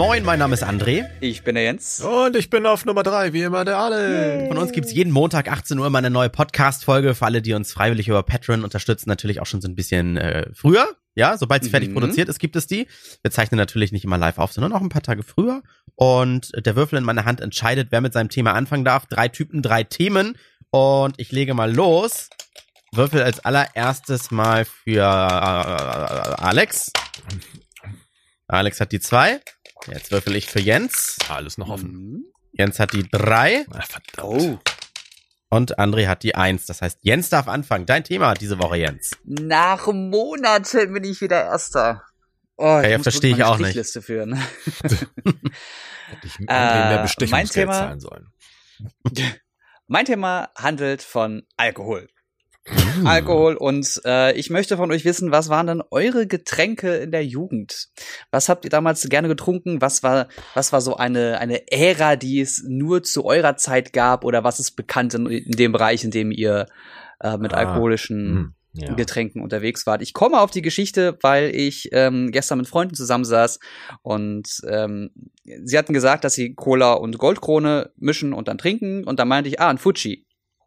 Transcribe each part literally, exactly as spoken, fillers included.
Moin, mein Name ist André. Ich bin der Jens. Und ich bin auf Nummer drei, wie immer der Alex. Von uns gibt's jeden Montag achtzehn Uhr immer eine neue Podcast-Folge. Für alle, die uns freiwillig über Patreon unterstützen, natürlich auch schon so ein bisschen äh, früher. Ja, sobald es fertig Mhm. produziert ist, gibt es die. Wir zeichnen natürlich nicht immer live auf, sondern auch ein paar Tage früher. Und der Würfel in meiner Hand entscheidet, wer mit seinem Thema anfangen darf. Drei Typen, drei Themen. Und ich lege mal los. Würfel als allererstes mal für äh, Alex. Alex hat die zwei. Jetzt würfel ich für Jens. Alles noch offen. Mhm. Jens hat die drei. Ah, verdammt. Oh. Und André hat die eins. Das heißt, Jens darf anfangen. Dein Thema diese Woche, Jens. Nach Monaten bin ich wieder Erster. Oh, ich Ja, muss verstehe wirklich ich meine auch nicht. Strichliste führen. Hätte ich Äh, mehr mein Bestechungsgeld Thema- zahlen sollen. Mein Thema handelt von Alkohol. Alkohol und äh, ich möchte von euch wissen, was waren denn eure Getränke in der Jugend? Was habt ihr damals gerne getrunken? Was war was war so eine eine Ära, die es nur zu eurer Zeit gab oder was ist bekannt in, in dem Bereich, in dem ihr äh, mit Ah, alkoholischen Hm, ja. Getränken unterwegs wart? Ich komme auf die Geschichte, weil ich ähm, gestern mit Freunden zusammensaß und ähm, sie hatten gesagt, dass sie Cola und Goldkrone mischen und dann trinken und dann meinte ich, ah, ein Fuji.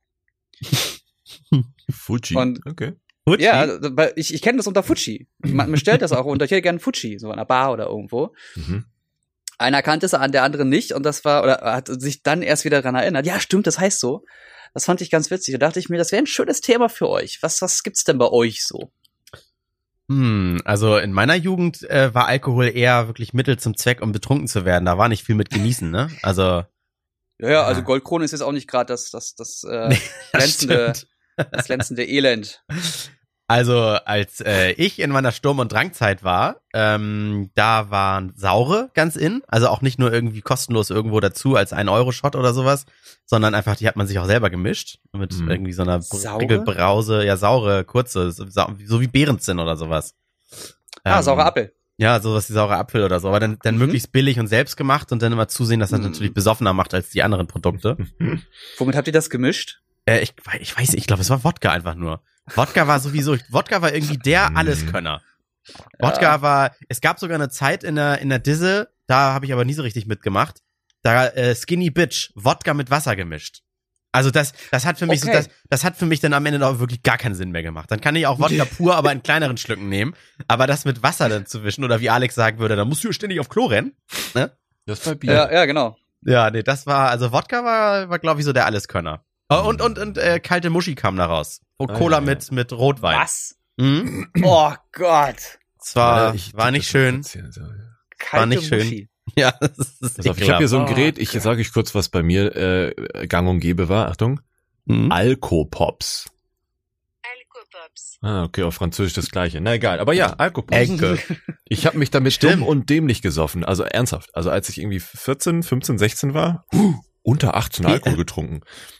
Fuji. Und- okay. Gut. Ja, weil ich, ich kenne das unter Fuji. Man bestellt das auch unter, ich hätte gerne Fuji, so an einer Bar oder irgendwo. Mhm. Einer kannte es, an der andere nicht und das war, oder hat sich dann erst wieder daran erinnert. Ja, stimmt, das heißt so. Das fand ich ganz witzig. Da dachte ich mir, das wäre ein schönes Thema für euch. Was, was gibt's denn bei euch so? Hm, also in meiner Jugend äh, war Alkohol eher wirklich Mittel zum Zweck, um betrunken zu werden. Da war nicht viel mit genießen, ne? Also Ja, ja, also Goldkrone ist jetzt auch nicht gerade das, das, das, äh, Nee, das glänzende, stimmt. das glänzende Elend. Also als äh, ich in meiner Sturm- und Drangzeit war, ähm, da waren Saure ganz in. Also auch nicht nur irgendwie kostenlos irgendwo dazu als ein Euro Shot oder sowas, sondern einfach, die hat man sich auch selber gemischt. Mit Mhm. irgendwie so einer Saure? Brause, ja saure, kurze, so, so wie Beerenzinn oder sowas. Ah, Ähm, saurer Apfel. Ja, sowas wie saure Apfel oder so. Aber dann, dann Mhm. möglichst billig und selbst gemacht und dann immer zusehen, dass das Mhm. natürlich besoffener macht als die anderen Produkte. Womit habt ihr das gemischt? Äh, ich, ich weiß nicht, ich glaube, es war Wodka einfach nur. Wodka war sowieso, Wodka war irgendwie der Mhm. Alleskönner. Wodka war, es gab sogar eine Zeit in der, in der Disse, da habe ich aber nie so richtig mitgemacht, da äh, Skinny Bitch, Wodka mit Wasser gemischt. Also das, das hat für mich Okay. so, das, das hat für mich dann am Ende auch wirklich gar keinen Sinn mehr gemacht. Dann kann ich auch Wodka pur, aber in kleineren Schlücken nehmen. Aber das mit Wasser dann zu wischen oder wie Alex sagen würde, da musst du ständig auf Klo rennen. Ne? Das war Bier. Ja, ja, genau. Ja, nee, das war, also Wodka war, war glaube ich so der Alleskönner. Oh, und, und, und äh, kalte Muschi kam da raus. Und Ah, Cola ja, ja. mit, mit Rotwein. Was? Mhm. Oh Gott. Es war, Ja, ich- war nicht schön. Kalte nicht schön. Muschi. Ja, das ist Pass auf, ich habe hier so ein Oh, Gerät, ich Gott. sage euch kurz, was bei mir äh, gang und gäbe war. Achtung. Mhm. Alkopops. Alkopops. Ah, okay, auf Französisch das gleiche. Na egal, aber ja, Alkopops. Ecke. Ich habe mich damit Stimmt. dumm und dämlich gesoffen. Also ernsthaft. Also als ich irgendwie vierzehn, fünfzehn, sechzehn war, uh, unter achtzehn Alkohol getrunken.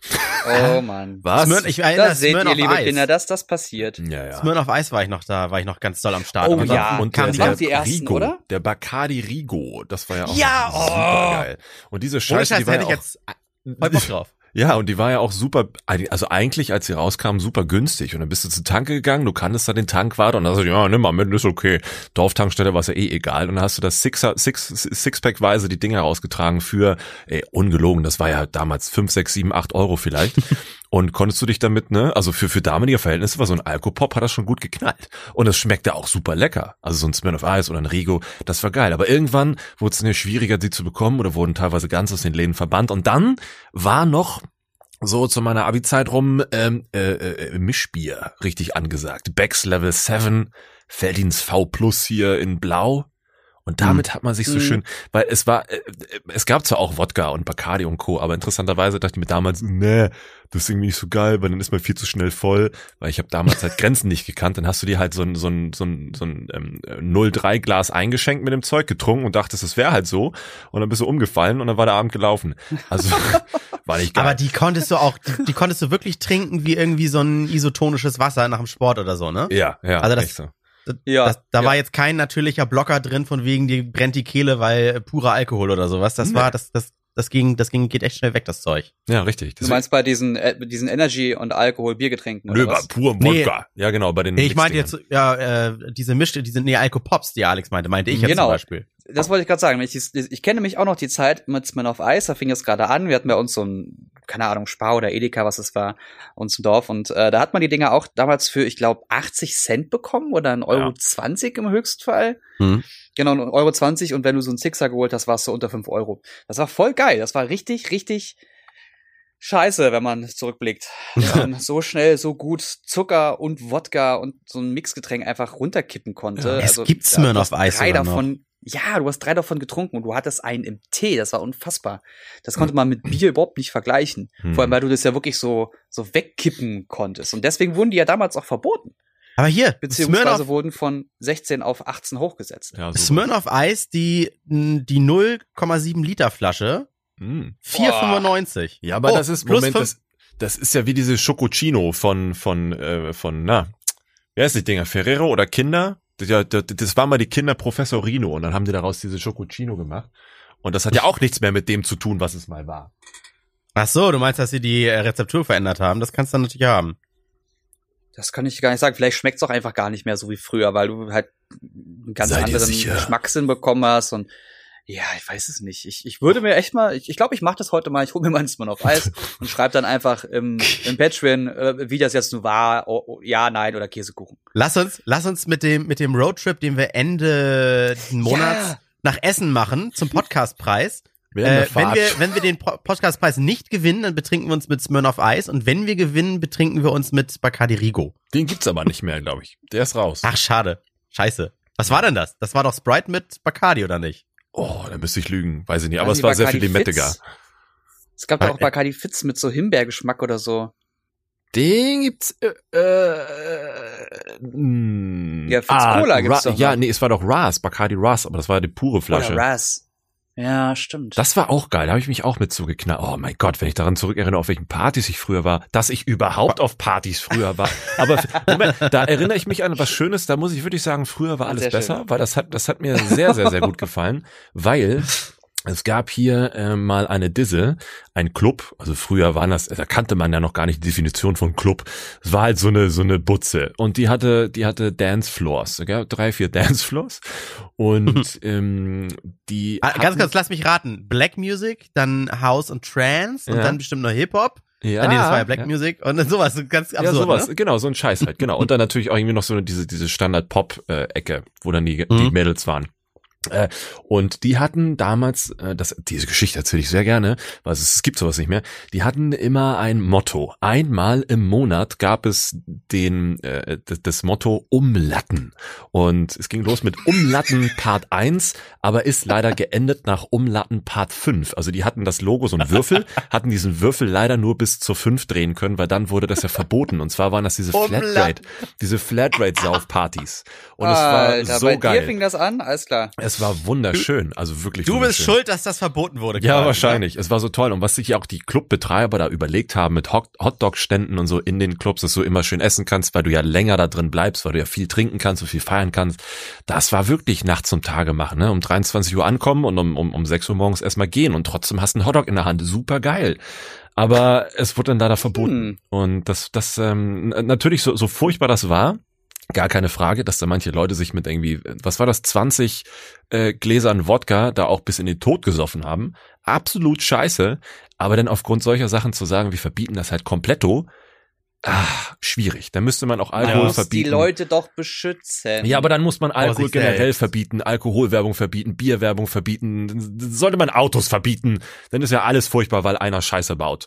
Oh Mann. Was? Smir- ich erinnere, Das seht ihr, Smirnoff liebe Eis. Kinder, dass das passiert. Ja, ja. Smirnoff Eis war ich noch da, war ich noch ganz doll am Start. Oh Und ja. dann Und kam der, die waren ganze, die ersten, Rigo, oder? der Bacardi Rigo, das war ja auch Ja, oh. super geil. Und diese ohne Scheiße, Scheiß, die war hätte ja ich auch, jetzt voll Bock drauf. ja, und die war ja auch super, also eigentlich, als sie rauskam, super günstig. Und dann bist du zur Tanke gegangen, du kanntest da den Tankwart und dann sagst du, ja, nimm mal mit, ist okay. Dorftankstelle war es ja eh egal. Und dann hast du das Sixer, Six, Sixpack-weise die Dinger rausgetragen für, ey, ungelogen, das war ja damals fünf, sechs, sieben, acht Euro vielleicht. Und konntest du dich damit, ne, also für, für damalige Verhältnisse war so ein Alkopop, hat das schon gut geknallt. Und es schmeckte auch super lecker. Also so ein Smirnoff Ice oder ein Rigo, das war geil. Aber irgendwann wurde es dann ja schwieriger, die zu bekommen oder wurden teilweise ganz aus den Läden verbannt. Und dann war noch so zu meiner Abi-Zeit rum ähm, äh, äh, Mischbier richtig angesagt. Becks Level sieben, Feldins V Plus hier in Blau. Und damit hat man sich so Mhm. schön, weil es war, äh, es gab zwar auch Wodka und Bacardi und Co., aber interessanterweise dachte ich mir damals, nee, das ist irgendwie nicht so geil, weil dann ist man viel zu schnell voll, weil ich habe damals halt Grenzen nicht gekannt, dann hast du dir halt so ein, so ein, so ein, so ein ähm, null Komma drei Glas eingeschenkt mit dem Zeug getrunken und dachtest, es wäre halt so und dann bist du umgefallen und dann war der Abend gelaufen. Also war nicht geil. Aber die konntest du auch, die, die konntest du wirklich trinken wie irgendwie so ein isotonisches Wasser nach dem Sport oder so, ne? ja, ja, Also das- echt so. Ja. Das, da ja. war jetzt kein natürlicher Blocker drin, von wegen, die brennt die Kehle, weil äh, purer Alkohol oder sowas. Das Nee. war, das, das, das ging, das ging, geht echt schnell weg, das Zeug. Ja, richtig. Du meinst bei diesen, äh, diesen Energy- und Alkohol-Biergetränken oder Nö, bei was? purem Nee. Wodka. Ja, genau, bei den Nee, ich meinte Mixdingern. jetzt, ja, äh, diese Mischte, diese, nee, Alkopops, die Alex meinte, meinte ich jetzt Genau. zum Beispiel. das wollte ich gerade sagen. Ich, ich kenne mich auch noch die Zeit mit Smirnoff Ice, da fing es gerade an. Wir hatten bei uns so ein, keine Ahnung, Spar oder Edeka, was es war, uns im Dorf. Und äh, da hat man die Dinger auch damals für, ich glaube, achtzig Cent bekommen oder ein Euro Ja. zwanzig im Höchstfall. Hm. Genau, ein Euro zwanzig. Und wenn du so einen Sixer geholt hast, warst du unter fünf Euro. Das war voll geil. Das war richtig, richtig scheiße, wenn man zurückblickt. Dass man so schnell, so gut Zucker und Wodka und so ein Mixgetränk einfach runterkippen konnte. Ja. Es Also, gibt ja, du Smirnoff hast Ice drei sogar noch. davon. Ja, du hast drei davon getrunken und du hattest einen im Tee. Das war unfassbar. Das konnte man mit Bier überhaupt nicht vergleichen. Hm. Vor allem, weil du das ja wirklich so, so wegkippen konntest. Und deswegen wurden die ja damals auch verboten. Aber hier, Beziehungsweise Smirnoff, wurden von sechzehn auf achtzehn hochgesetzt. Ja, so. Smirnoff Ice, die, die null Komma sieben Liter Flasche, Hm. vier Boah. fünfundneunzig. Ja, aber Oh, das ist, plus Moment, fünf- das, das ist ja wie diese Schokocino von, von, äh, von, na, wer ist die Dinger? Ferrero oder Kinder? Das, ja, das, das war mal die Kinder Professor Rino und dann haben die daraus diese Schokocino gemacht. Und das hat ja auch nichts mehr mit dem zu tun, was es mal war. Ach so, du meinst, dass sie die äh, Rezeptur verändert haben? Das kannst du dann natürlich haben. Das kann ich gar nicht sagen. Vielleicht schmeckt's auch einfach gar nicht mehr so wie früher, weil du halt einen ganz Sei dir anderen sicher. Geschmackssinn bekommen hast und ja, ich weiß es nicht. Ich, ich würde mir echt mal, ich ich glaube, ich mache das heute mal. Ich hole mir mal einen auf Eis und schreibe dann einfach im, im Patreon, äh, wie das jetzt nun war. Oh, oh, ja, nein oder Käsekuchen. Lass uns, lass uns mit dem, mit dem Roadtrip, den wir Ende diesen Monats Ja. nach Essen machen, zum Podcastpreis. Während Äh, der wenn Fahrt. wir, wenn wir den Po- Podcastpreis nicht gewinnen, dann betrinken wir uns mit Smirnoff Ice und wenn wir gewinnen, betrinken wir uns mit Bacardi Rigo. Den gibt's aber nicht mehr, glaube ich. Der ist raus. Ach, schade. Scheiße. Was war denn das? Das war doch Sprite mit Bacardi, oder nicht? Oh, da müsste ich lügen. Weiß ich nicht. Aber Also es war die sehr viel Bacardi Limettiger. Fitz. Es gab doch auch Äh, Bacardi Fitz mit so Himbeergeschmack oder so. Den gibt's, äh, äh, mh. Ja, Fritz Cola gibt's Ra- doch noch. Ja, nee, es war doch Ras, Bacardi Ras, aber das war die pure Flasche. Oder Ras. Ja, stimmt. Das war auch geil, da habe ich mich auch mit zugeknallt. Oh mein Gott, wenn ich daran zurückerinnere, auf welchen Partys ich früher war, dass ich überhaupt auf Partys früher war. Aber Moment, da erinnere ich mich an was Schönes, da muss ich wirklich sagen, früher war alles Sehr besser, schön. weil das hat, das hat mir sehr, sehr, sehr gut gefallen, weil es gab hier äh, mal eine Disse, ein Club, also früher waren das, da kannte man ja noch gar nicht die Definition von Club. Es war halt so eine so eine Butze und die hatte die hatte Dancefloors, okay? drei, vier Dancefloors und ähm, die Ah, ganz hatten- kurz, lass mich raten. Black Music, dann House und Trance und Ja. dann bestimmt noch Hip-Hop. ja, Ah, nee, das war ja Black ja. Music und dann sowas, so ganz Ja, absurd, sowas, ne? genau, so ein Scheiß halt, genau. Und dann natürlich auch irgendwie noch so eine, diese, diese Standard-Pop-Ecke, wo dann die, die Mhm. Mädels waren. Äh, und die hatten damals, äh, das, diese Geschichte erzähle ich sehr gerne, weil es, es gibt sowas nicht mehr, die hatten immer ein Motto. Einmal im Monat gab es den, äh, das, das Motto Umlatten. Und es ging los mit Umlatten Part eins, aber ist leider geendet nach Umlatten Part fünf. Also die hatten das Logo, so ein Würfel, hatten diesen Würfel leider nur bis zur fünf drehen können, weil dann wurde das ja verboten. Und zwar waren das diese Umlatten. Flatrate, diese Flatrate-Saufpartys. Und es war Alter, so bei geil. dir fing das an, alles klar. Es war wunderschön, also wirklich Du bist wunderschön. schuld, dass das verboten wurde. Ja, quasi, wahrscheinlich. Es war so toll. Und was sich ja auch die Clubbetreiber da überlegt haben mit Hot- Hotdog-Ständen und so in den Clubs, dass du immer schön essen kannst, weil du ja länger da drin bleibst, weil du ja viel trinken kannst und viel feiern kannst. Das war wirklich nachts zum Tage machen, ne? Um dreiundzwanzig Uhr ankommen und um, um, um sechs Uhr morgens erstmal gehen und trotzdem hast du einen Hotdog in der Hand. Super geil. Aber es wurde dann leider verboten. Hm. Und das, das, ähm, natürlich so, so furchtbar das war, gar keine Frage, dass da manche Leute sich mit irgendwie, was war das, zwanzig äh, Gläsern Wodka da auch bis in den Tod gesoffen haben. Absolut scheiße. Aber dann aufgrund solcher Sachen zu sagen, wir verbieten das halt kompletto, ah, schwierig. Da müsste man auch Alkohol Man muss verbieten. die Leute doch beschützen. Ja, aber dann muss man Alkohol sich generell selbst. verbieten, Alkoholwerbung verbieten, Bierwerbung verbieten, dann sollte man Autos verbieten. Dann ist ja alles furchtbar, weil einer Scheiße baut.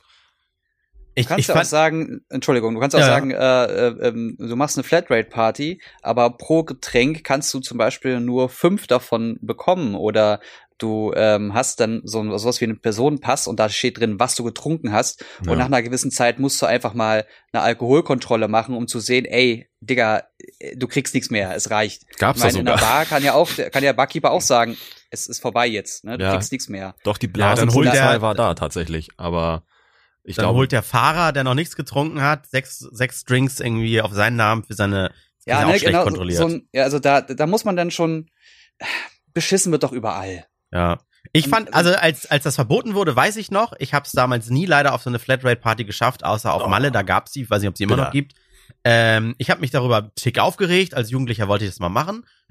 Ich, Du kannst ich ja auch fand, sagen, Entschuldigung, du kannst auch Ja, ja. sagen, äh, äh, ähm, du machst eine Flatrate-Party, aber pro Getränk kannst du zum Beispiel nur fünf davon bekommen oder du ähm, hast dann so sowas wie einen Personenpass und da steht drin, was du getrunken hast Ja. und nach einer gewissen Zeit musst du einfach mal eine Alkoholkontrolle machen, um zu sehen, ey, Digga, du kriegst nichts mehr, es reicht. Gab's ich meine, da in der sogar. Bar kann ja auch, kann der Barkeeper auch sagen, es ist vorbei jetzt, ne? Du Ja. kriegst nichts mehr. Doch, die Ja, dann holt Blasenpolizei der- war da tatsächlich, aber ich dann glaube, holt der Fahrer, der noch nichts getrunken hat, sechs, sechs Drinks irgendwie auf seinen Namen für seine, Ja, auch ne, schlecht genau. kontrolliert. So ein, ja, also da, da muss man dann schon, beschissen wird doch überall. Ja. Ich fand, also als als das verboten wurde, weiß ich noch, ich habe es damals nie leider auf so eine Flatrate-Party geschafft, außer auf Oh. Malle, da gab's sie, ich weiß nicht, ob sie immer Bitter. noch gibt. Ähm, ich habe mich darüber tick aufgeregt, als Jugendlicher wollte ich das mal machen.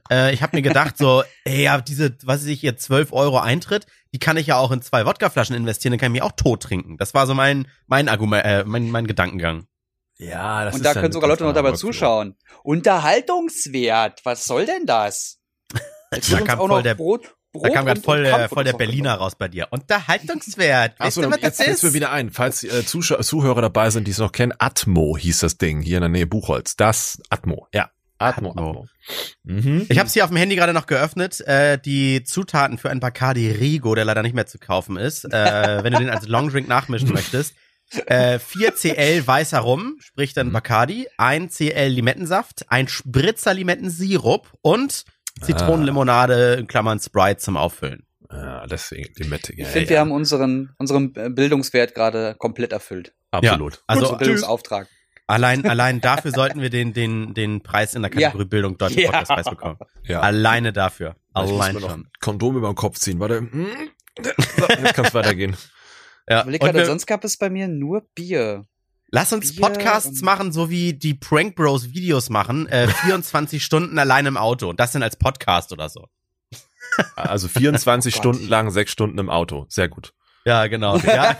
Äh, ich habe mir gedacht so, ey, ja, diese, was weiß ich hier, zwölf Euro Eintritt, die kann ich ja auch in zwei Wodkaflaschen investieren, dann kann ich mich auch tot trinken. Das war so mein mein Argument, äh, mein, mein Gedankengang. Ja, das Und ist da dann können sogar Leute noch total dabei Workflow. zuschauen. Unterhaltungswert, was soll denn das? Jetzt Da wird uns kam auch voll noch der- Brot, Brot Da kam gerade und- voll und der, Kampf voll der und so Berliner genommen. raus bei dir. Unterhaltungswert. Weißt Achso, du, was jetzt das fällt's mir ist? wieder ein. Falls äh, Zuschauer, Zuhörer dabei sind, die es noch kennen, Atmo hieß das Ding hier in der Nähe Buchholz. Das Atmo, ja. Atmo, Atmo. Atmo. Mhm. Ich habe es hier auf dem Handy gerade noch geöffnet. Äh, die Zutaten für ein Bacardi Rigo, der leider nicht mehr zu kaufen ist. Äh, wenn du den als Longdrink nachmischen möchtest. Äh, vier Centiliter weißer Rum, sprich dann Bacardi, ein Centiliter Limettensaft, ein Spritzer Limettensirup und Zitronenlimonade, in Klammern Sprite zum Auffüllen. Ja, deswegen Limette. Ich Ja, finde, ja, wir haben unseren, unseren Bildungswert gerade komplett erfüllt. absolut. Ja, also Unser Bildungsauftrag. allein, allein dafür sollten wir den, den, den Preis in der Kategorie Ja. Bildung Deutsche Ja. Podcastpreis bekommen. Ja. Alleine dafür. Ich muss Allein mir noch schon. ein Kondom über den Kopf ziehen. Warte. Hm. So, jetzt kann's weitergehen. Ja. Überleg Und gerade, wir, sonst gab es bei mir nur Bier. lass uns Bier Podcasts und- machen, so wie die Prank Bros Videos machen, äh, vierundzwanzig Stunden allein im Auto. Und das dann als Podcast oder so. Also vierundzwanzig Oh Gott. Stunden lang, sechs Stunden im Auto. Sehr gut. Ja, genau. Ja,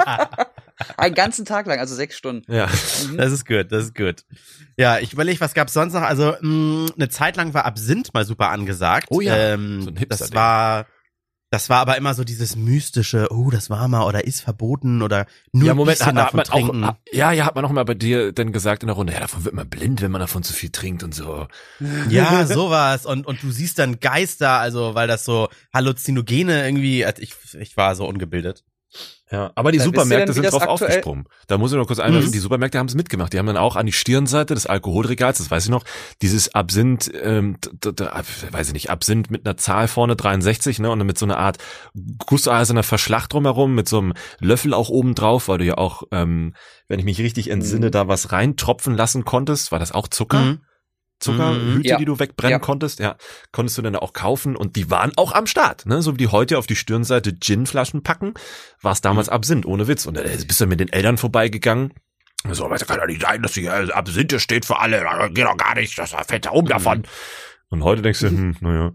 Einen ganzen Tag lang, also sechs Stunden. Ja. Mhm. das ist gut, das ist gut. Ja, ich überlege, was gab's sonst noch? Also, mh, eine Zeit lang war Absinth mal super angesagt. Oh ja, ähm, so ein Hipster-Ding. Das war, das war aber immer so dieses mystische, oh, das war mal oder ist verboten oder nur Ja, ein Moment, bisschen hat, hat davon man trinken. auch, ja, ja, hat man auch mal bei dir denn gesagt in der Runde, ja, davon wird man blind, wenn man davon zu viel trinkt und so. Ja, sowas. Und, und du siehst dann Geister, also, weil das so Halluzinogene irgendwie, also ich, ich war so ungebildet. Ja, aber die Da wisst ihr Supermärkte denn, wie sind das drauf aktuell- aufgesprungen. Da muss ich noch kurz einwerfen, Mhm. die Supermärkte haben es mitgemacht. Die haben dann auch an die Stirnseite des Alkoholregals, das weiß ich noch, dieses Absinth, ähm, d- d- d- weiß ich nicht, Absinth mit einer Zahl vorne, dreiundsechzig, ne, und dann mit so einer Art gusseiserner Verschlag drumherum, mit so einem Löffel auch oben drauf, weil du ja auch, ähm, wenn ich mich richtig entsinne, Mhm. da was reintropfen lassen konntest. War das auch Zucker? Mhm. Zuckerhüte, Ja. die du wegbrennen Ja. konntest, ja, konntest du dann auch kaufen und die waren auch am Start, ne, so wie die heute auf die Stirnseite Ginflaschen packen, war es damals Absinth, ohne Witz, und da bist du mit den Eltern vorbeigegangen, so, das kann doch nicht sein, dass die äh, Absinth hier steht für alle, das geht doch gar nicht, das fällt da um davon. Und heute denkst du, hm, naja.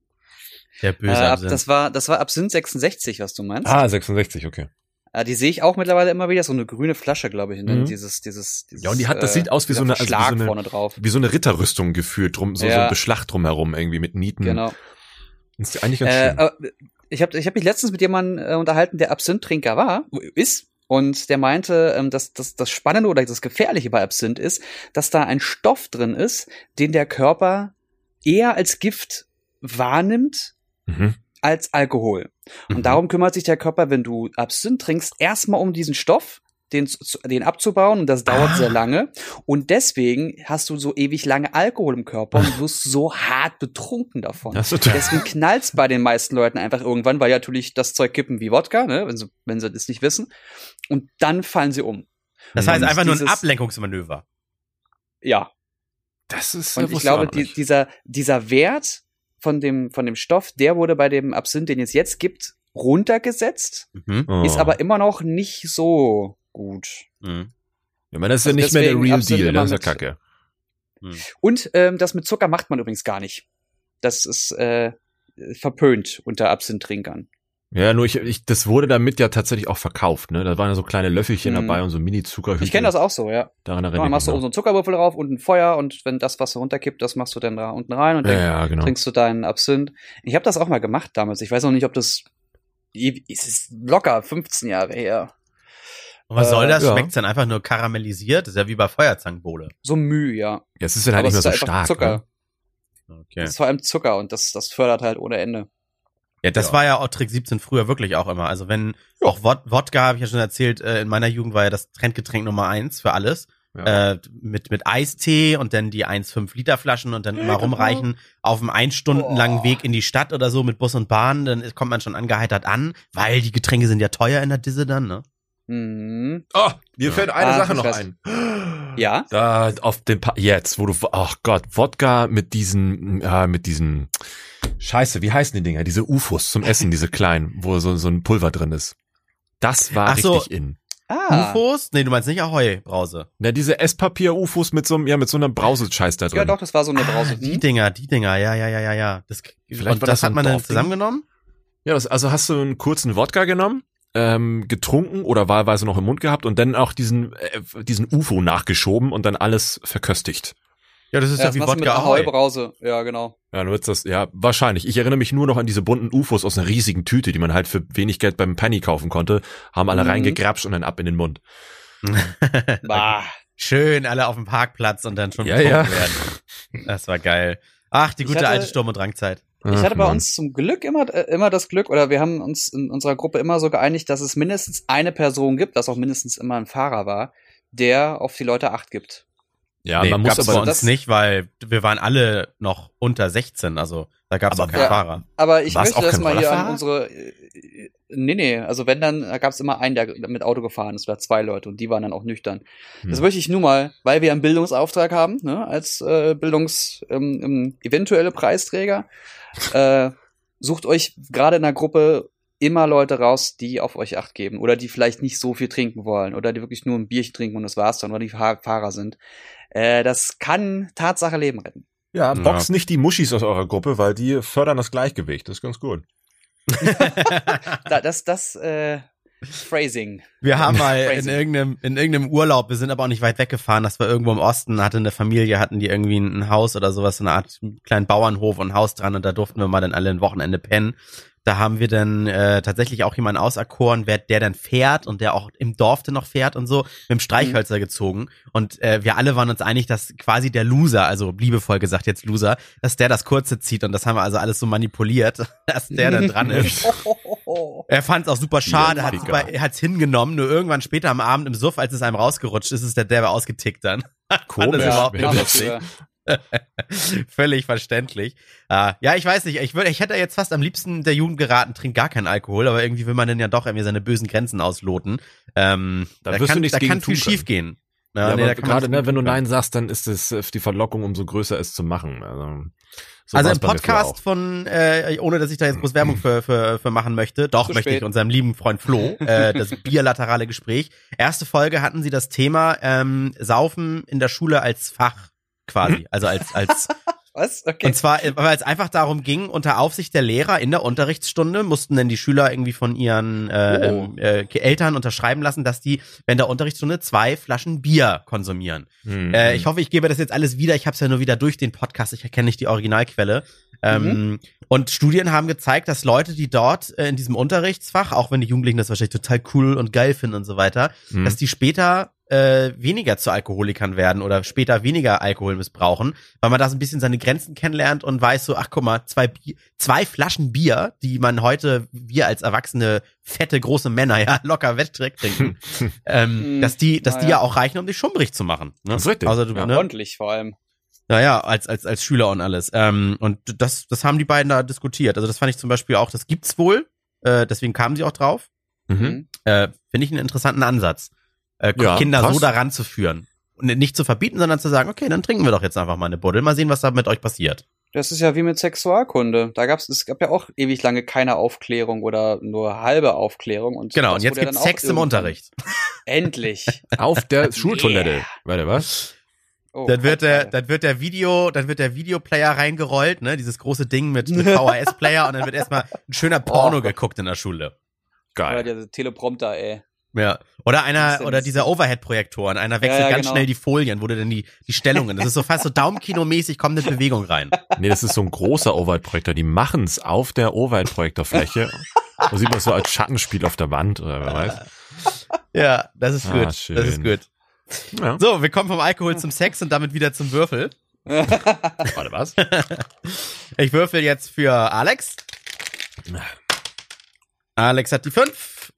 Der böse Äh, ab- Absinth. das war, das war Absinth sechsundsechzig, was du meinst. Ah, sechsundsechzig, okay. Äh, die sehe ich auch mittlerweile immer wieder, so eine grüne Flasche, glaube ich. Ne? Mhm. Dieses, dieses, dieses, Ja, und die hat, das äh, sieht aus wie so dieser eine, also wie Verschlag so eine, vorne drauf. wie so eine Ritterrüstung gefühlt, drum, so, so Ja. ein Beschlag drumherum irgendwie mit Nieten. Genau. Das ist eigentlich ganz Äh, schön. äh, ich habe ich hab mich letztens mit jemandem äh, unterhalten, der Absinth-Trinker war, ist, und der meinte, ähm, dass, dass das Spannende oder das Gefährliche bei Absinth ist, dass da ein Stoff drin ist, den der Körper eher als Gift wahrnimmt Mhm. als Alkohol. Mhm. Und darum kümmert sich der Körper, wenn du Absinth trinkst, erstmal um diesen Stoff, den, zu- den abzubauen, und das dauert Ah. sehr lange. Und deswegen hast du so ewig lange Alkohol im Körper und wirst so hart betrunken davon. Das ist Deswegen knallt's bei den meisten Leuten einfach irgendwann, weil ja natürlich das Zeug kippen wie Wodka, ne, wenn sie, wenn sie das nicht wissen. Und dann fallen sie um. Das heißt Und einfach nur ein dieses- Ablenkungsmanöver. Ja. Das ist, Und wusste ich glaube, auch die, nicht. dieser, dieser Wert von dem, von dem Stoff, der wurde bei dem Absinth, den es jetzt gibt, runtergesetzt, Mhm. Oh. ist aber immer noch nicht so gut. Mhm. Ich meine, das ist ja also nicht mehr der deswegen Real Absinth Deal, immer das ist ja mit- kacke. Und ähm, das mit Zucker macht man übrigens gar nicht. Das ist äh, verpönt unter Absinth-Trinkern. Ja, nur ich, ich, das wurde damit ja tatsächlich auch verkauft, ne? Da waren ja so kleine Löffelchen Mhm. dabei und so Mini-Zuckerhüte. Ich kenne das auch so, ja. Daran Dann erinnere machst du ich oben mich so einen Zuckerwürfel drauf und ein Feuer, und wenn das Wasser runterkippt, das machst du dann da unten rein und noch. Ja, dann ja, genau. trinkst du deinen Absinth. Ich habe das auch mal gemacht damals. Ich weiß auch nicht, ob das es ist locker fünfzehn Jahre her. Und was Äh, soll das? ja. Schmeckt's dann einfach nur karamellisiert? Das ist ja wie bei Feuerzangenbowle. So Mühe, ja. Ja, es ist dann halt Aber nicht es mehr ist so einfach stark. Zucker. Ne? Okay. Das ist vor allem Zucker, und das, das fördert halt ohne Ende. Ja, das Ja. war ja auch Trick siebzehn früher wirklich auch immer. Also wenn, Ja. auch Wod Wodka, habe ich ja schon erzählt, äh, in meiner Jugend war ja das Trendgetränk Nummer eins für alles. Ja. Äh, mit mit Eistee und dann die eins Komma fünf Liter Flaschen und dann Ja, immer genau. rumreichen auf einem ein Stunden langen Boah. Weg in die Stadt oder so mit Bus und Bahn. Dann ist- kommt man schon angeheitert an, weil die Getränke sind ja teuer in der Disse dann, ne? Mhm. Oh, mir fällt eine Ah, Sache ich noch weiß. ein. Ja? Da auf dem pa jetzt, wo du, ach Gott, Wodka mit diesen, äh, mit diesen, Scheiße, wie heißen die Dinger? Diese U F Os zum Essen, diese kleinen, wo so so ein Pulver drin ist. Das war Ach so. richtig in. Ah. U F Os? Nee, du meinst nicht Ahoi-Brause. Ja, diese Esspapier-U F Os mit so einem, ja, mit so einer Brause-Scheiß da drin. Ja, doch, das war so eine Ah, Brause. die Hm? Dinger, die Dinger, ja, ja, ja, ja, ja. Das, Vielleicht und war das das so hat ein man dann Dorfding? zusammengenommen? Ja, das, also hast du einen kurzen Wodka genommen, ähm, getrunken oder wahlweise noch im Mund gehabt und dann auch diesen, äh, diesen U F O nachgeschoben und dann alles verköstigt. Ja, das ist Ja, ja, das wie machst du mit Wodka Ahoi. Ahoi-Brause. Ja, genau. Ja, du willst das, ja, wahrscheinlich. Ich erinnere mich nur noch an diese bunten U F Os aus einer riesigen Tüte, die man halt für wenig Geld beim Penny kaufen konnte, haben alle Mhm. reingegrapscht und dann ab in den Mund. Bah. Schön, alle auf dem Parkplatz und dann schon Ja, betrunken ja. werden. Das war geil. Ach, die Ich gute hatte- alte Sturm- und Drangzeit. Ich Ach, hatte bei Mann. uns zum Glück immer, äh, immer das Glück, oder wir haben uns in unserer Gruppe immer so geeinigt, dass es mindestens eine Person gibt, dass auch mindestens immer ein Fahrer war, der auf die Leute Acht gibt. Ja, nee, man muss gab's aber bei uns das- nicht, weil wir waren alle noch unter sechzehn, also da gab es auch Aber keinen ja. Fahrer. Aber ich War's möchte auch das kein mal hier an Rollerfahrer? unsere, äh, nee, nee, also wenn dann, da gab es immer einen, der mit Auto gefahren ist, oder zwei Leute, und die waren dann auch nüchtern. Hm. Das möchte ich nur mal, weil wir einen Bildungsauftrag haben, ne, als äh, Bildungs, ähm, ähm, eventuelle Preisträger, äh, sucht euch gerade in der Gruppe immer Leute raus, die auf euch Acht geben oder die vielleicht nicht so viel trinken wollen oder die wirklich nur ein Bierchen trinken und das war's dann oder die Fahr Fahrer sind. Äh, das kann Tatsache Leben retten. Ja, Ja. boxt nicht die Muschis aus eurer Gruppe, weil die fördern das Gleichgewicht. Das ist ganz gut. Da, das, das, äh, Phrasing. Wir haben mal in Crazy. irgendeinem, in irgendeinem Urlaub, wir sind aber auch nicht weit weggefahren, das war irgendwo im Osten, hatte eine Familie, hatten die irgendwie ein Haus oder sowas, so eine Art kleinen Bauernhof und ein Haus dran und da durften wir mal dann alle ein Wochenende pennen. Da haben wir dann äh, tatsächlich auch jemanden auserkoren, wer der dann fährt und der auch im Dorf dann noch fährt und so, mit dem Streichhölzer gezogen. Und äh, wir alle waren uns einig, dass quasi der Loser, also liebevoll gesagt jetzt Loser, dass der das Kurze zieht und das haben wir also alles so manipuliert, dass der dann dran ist. Er fand es auch super schade, Ja, hat mega. es hat's hingenommen, nur irgendwann später am Abend im Suff, als es einem rausgerutscht ist, ist der derbe ausgetickt dann. Fand das Ja, überhaupt ja, nicht witzig. lustig. Völlig verständlich. Ah, ja, ich weiß nicht, ich würde, ich hätte jetzt fast am liebsten der Jugend geraten, trink gar keinen Alkohol, aber irgendwie will man dann ja doch irgendwie seine bösen Grenzen ausloten. Ähm, Da da wirst du kann, nichts da gegen kann viel tun können. schief gehen. Ja, nee, aber da kann man gerade, nichts ne, wenn du tun können. Nein sagst, dann ist es äh, die Verlockung umso größer, es zu machen. Also, so Also war's im bei mir früher Podcast auch. von, äh, ohne dass ich da jetzt groß Werbung für, für, für machen möchte, doch Zu möchte spät. ich unserem lieben Freund Flo, äh, das bilaterale Gespräch. Erste Folge hatten sie das Thema ähm, Saufen in der Schule als Fach quasi, also als als Was? Okay. und zwar, äh, weil es einfach darum ging, unter Aufsicht der Lehrer in der Unterrichtsstunde mussten dann die Schüler irgendwie von ihren äh, Oh. ähm, äh, Eltern unterschreiben lassen, dass die während der Unterrichtsstunde zwei Flaschen Bier konsumieren. Mhm. Äh, ich hoffe, ich gebe das jetzt alles wieder. Ich habe es ja nur wieder durch den Podcast. Ich erkenne nicht die Originalquelle. Ähm, und Studien haben gezeigt, dass Leute, die dort äh, in diesem Unterrichtsfach, auch wenn die Jugendlichen das wahrscheinlich total cool und geil finden und so weiter, Mhm. dass die später äh, weniger zu Alkoholikern werden oder später weniger Alkohol missbrauchen, weil man da so ein bisschen seine Grenzen kennenlernt und weiß so, ach guck mal, zwei, Bier, zwei Flaschen Bier, die man heute, wir als erwachsene, fette, große Männer ja locker wegtrinken, ähm, Mhm. dass die, dass die Naja. ja auch reichen, um dich schummrig zu machen. Ne? Das ist richtig. Also, du, Ja. ne? Ordentlich vor allem. Naja, als, als, als Schüler und alles. Ähm, und das, das haben die beiden da diskutiert. Also das fand ich zum Beispiel auch, das gibt's wohl, äh, deswegen kamen sie auch drauf. Mhm. Äh, Finde ich einen interessanten Ansatz, äh, Ja, Kinder krass. so daran zu führen. Und nicht zu verbieten, sondern zu sagen, okay, dann trinken wir doch jetzt einfach mal eine Buddel, mal sehen, was da mit euch passiert. Das ist ja wie mit Sexualkunde. Da gab's, es gab ja auch ewig lange keine Aufklärung oder nur halbe Aufklärung. Und Genau, das und jetzt wurde ja gibt's dann auch Sex im irgendwann- Unterricht. Endlich. Auf der Schultoilette. Yeah. Warte, was? Oh, Dann wird der, Gott, dann wird der Video, dann wird der Videoplayer reingerollt, ne, dieses große Ding mit, mit V H S-Player und dann wird erstmal ein schöner Porno Oh. geguckt in der Schule. Oder Geil. der Teleprompter, ey. Ja. Oder Was einer, denn oder das? dieser Overhead-Projektor und einer wechselt Ja, ja, ganz genau. schnell die Folien, wo du denn die, die Stellungen, das ist so fast so Daumenkino-mäßig, kommt eine Bewegung rein. Nee, das ist so ein großer Overhead-Projektor. Die machen's auf der Overhead-Projektorfläche. Da sieht man so als Schattenspiel auf der Wand oder wer weiß. Ja, das ist Ah, gut. schön. Das ist gut. Ja. So, wir kommen vom Alkohol zum Sex und damit wieder zum Würfel. Warte, was? Ich würfel jetzt für Alex. Alex hat die fünf.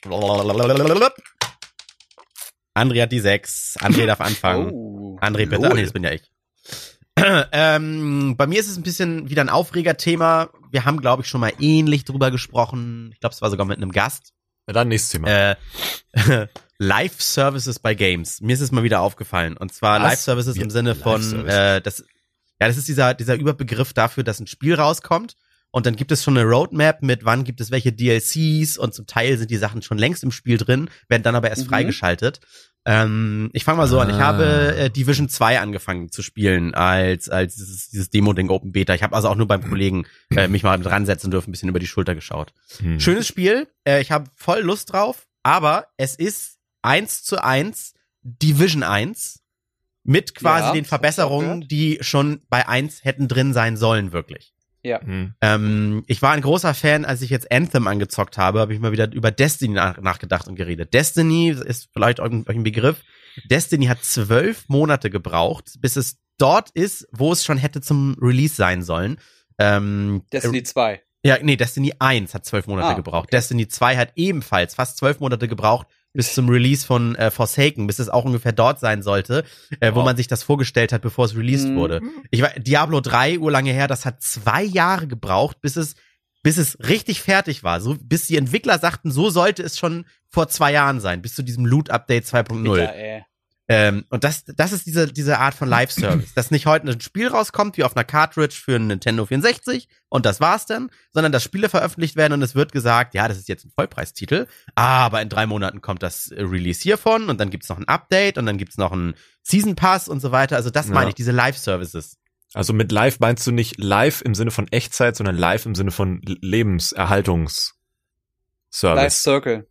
André hat die sechs. André darf anfangen. Oh. André, bitte. Ah, nee, das bin ja ich. ähm, bei mir ist es ein bisschen wieder ein Aufregerthema. Wir haben, glaube ich, schon mal ähnlich drüber gesprochen. Ich glaube, es war sogar mit einem Gast. Na dann nächstes Thema. Äh, Live-Services bei Games. Mir ist es mal wieder aufgefallen. Und zwar Was? Live-Services im Wie- Sinne von, Live-Service? äh, das, ja, das ist dieser, dieser Überbegriff dafür, dass ein Spiel rauskommt Und dann gibt es schon eine Roadmap mit, wann gibt es welche D L Cs und zum Teil sind die Sachen schon längst im Spiel drin, werden dann aber erst Mhm. freigeschaltet. Ähm, ich fange mal so an. Ich Ah. habe äh, Division zwei angefangen zu spielen als als dieses, dieses Demo-Ding Open Beta. Ich habe also auch nur beim Kollegen äh, mich mal dran setzen dürfen, ein bisschen über die Schulter geschaut. Hm. Schönes Spiel. Äh, ich habe voll Lust drauf, aber es ist eins zu eins Division eins mit quasi Ja, den das hab ich auch Verbesserungen, gehört. die schon bei eins hätten drin sein sollen, wirklich. Ja. Hm. Ähm, ich war ein großer Fan, als ich jetzt Anthem angezockt habe, habe ich mal wieder über Destiny nach, nachgedacht und geredet. Destiny ist vielleicht euch ein, euch ein Begriff. Destiny hat zwölf Monate gebraucht, bis es dort ist, wo es schon hätte zum Release sein sollen. Ähm, Destiny zwei. ja, nee, Destiny eins hat zwölf Monate Ah, gebraucht. okay. Destiny zwei hat ebenfalls fast zwölf Monate gebraucht bis zum Release von äh, Forsaken, bis es auch ungefähr dort sein sollte, äh, wo Wow. man sich das vorgestellt hat, bevor es released Mhm. wurde. Ich war Diablo drei urlange her, das hat zwei Jahre gebraucht, bis es bis es richtig fertig war. So bis die Entwickler sagten, so sollte es schon vor zwei Jahren sein, bis zu diesem Loot-Update zwei Punkt null. Bitter, ey. Ähm, und das, das ist diese, diese Art von Live-Service. Dass nicht heute ein Spiel rauskommt, wie auf einer Cartridge für einen Nintendo vierundsechzig und das war's dann, sondern dass Spiele veröffentlicht werden und es wird gesagt, ja, das ist jetzt ein Vollpreistitel, aber in drei Monaten kommt das äh, Release hiervon und dann gibt's noch ein Update und dann gibt's noch einen Season Pass und so weiter. Also das Ja. meine ich, diese Live-Services. Also mit live meinst du nicht live im Sinne von Echtzeit, sondern live im Sinne von Lebenserhaltungsservice. Live Circle.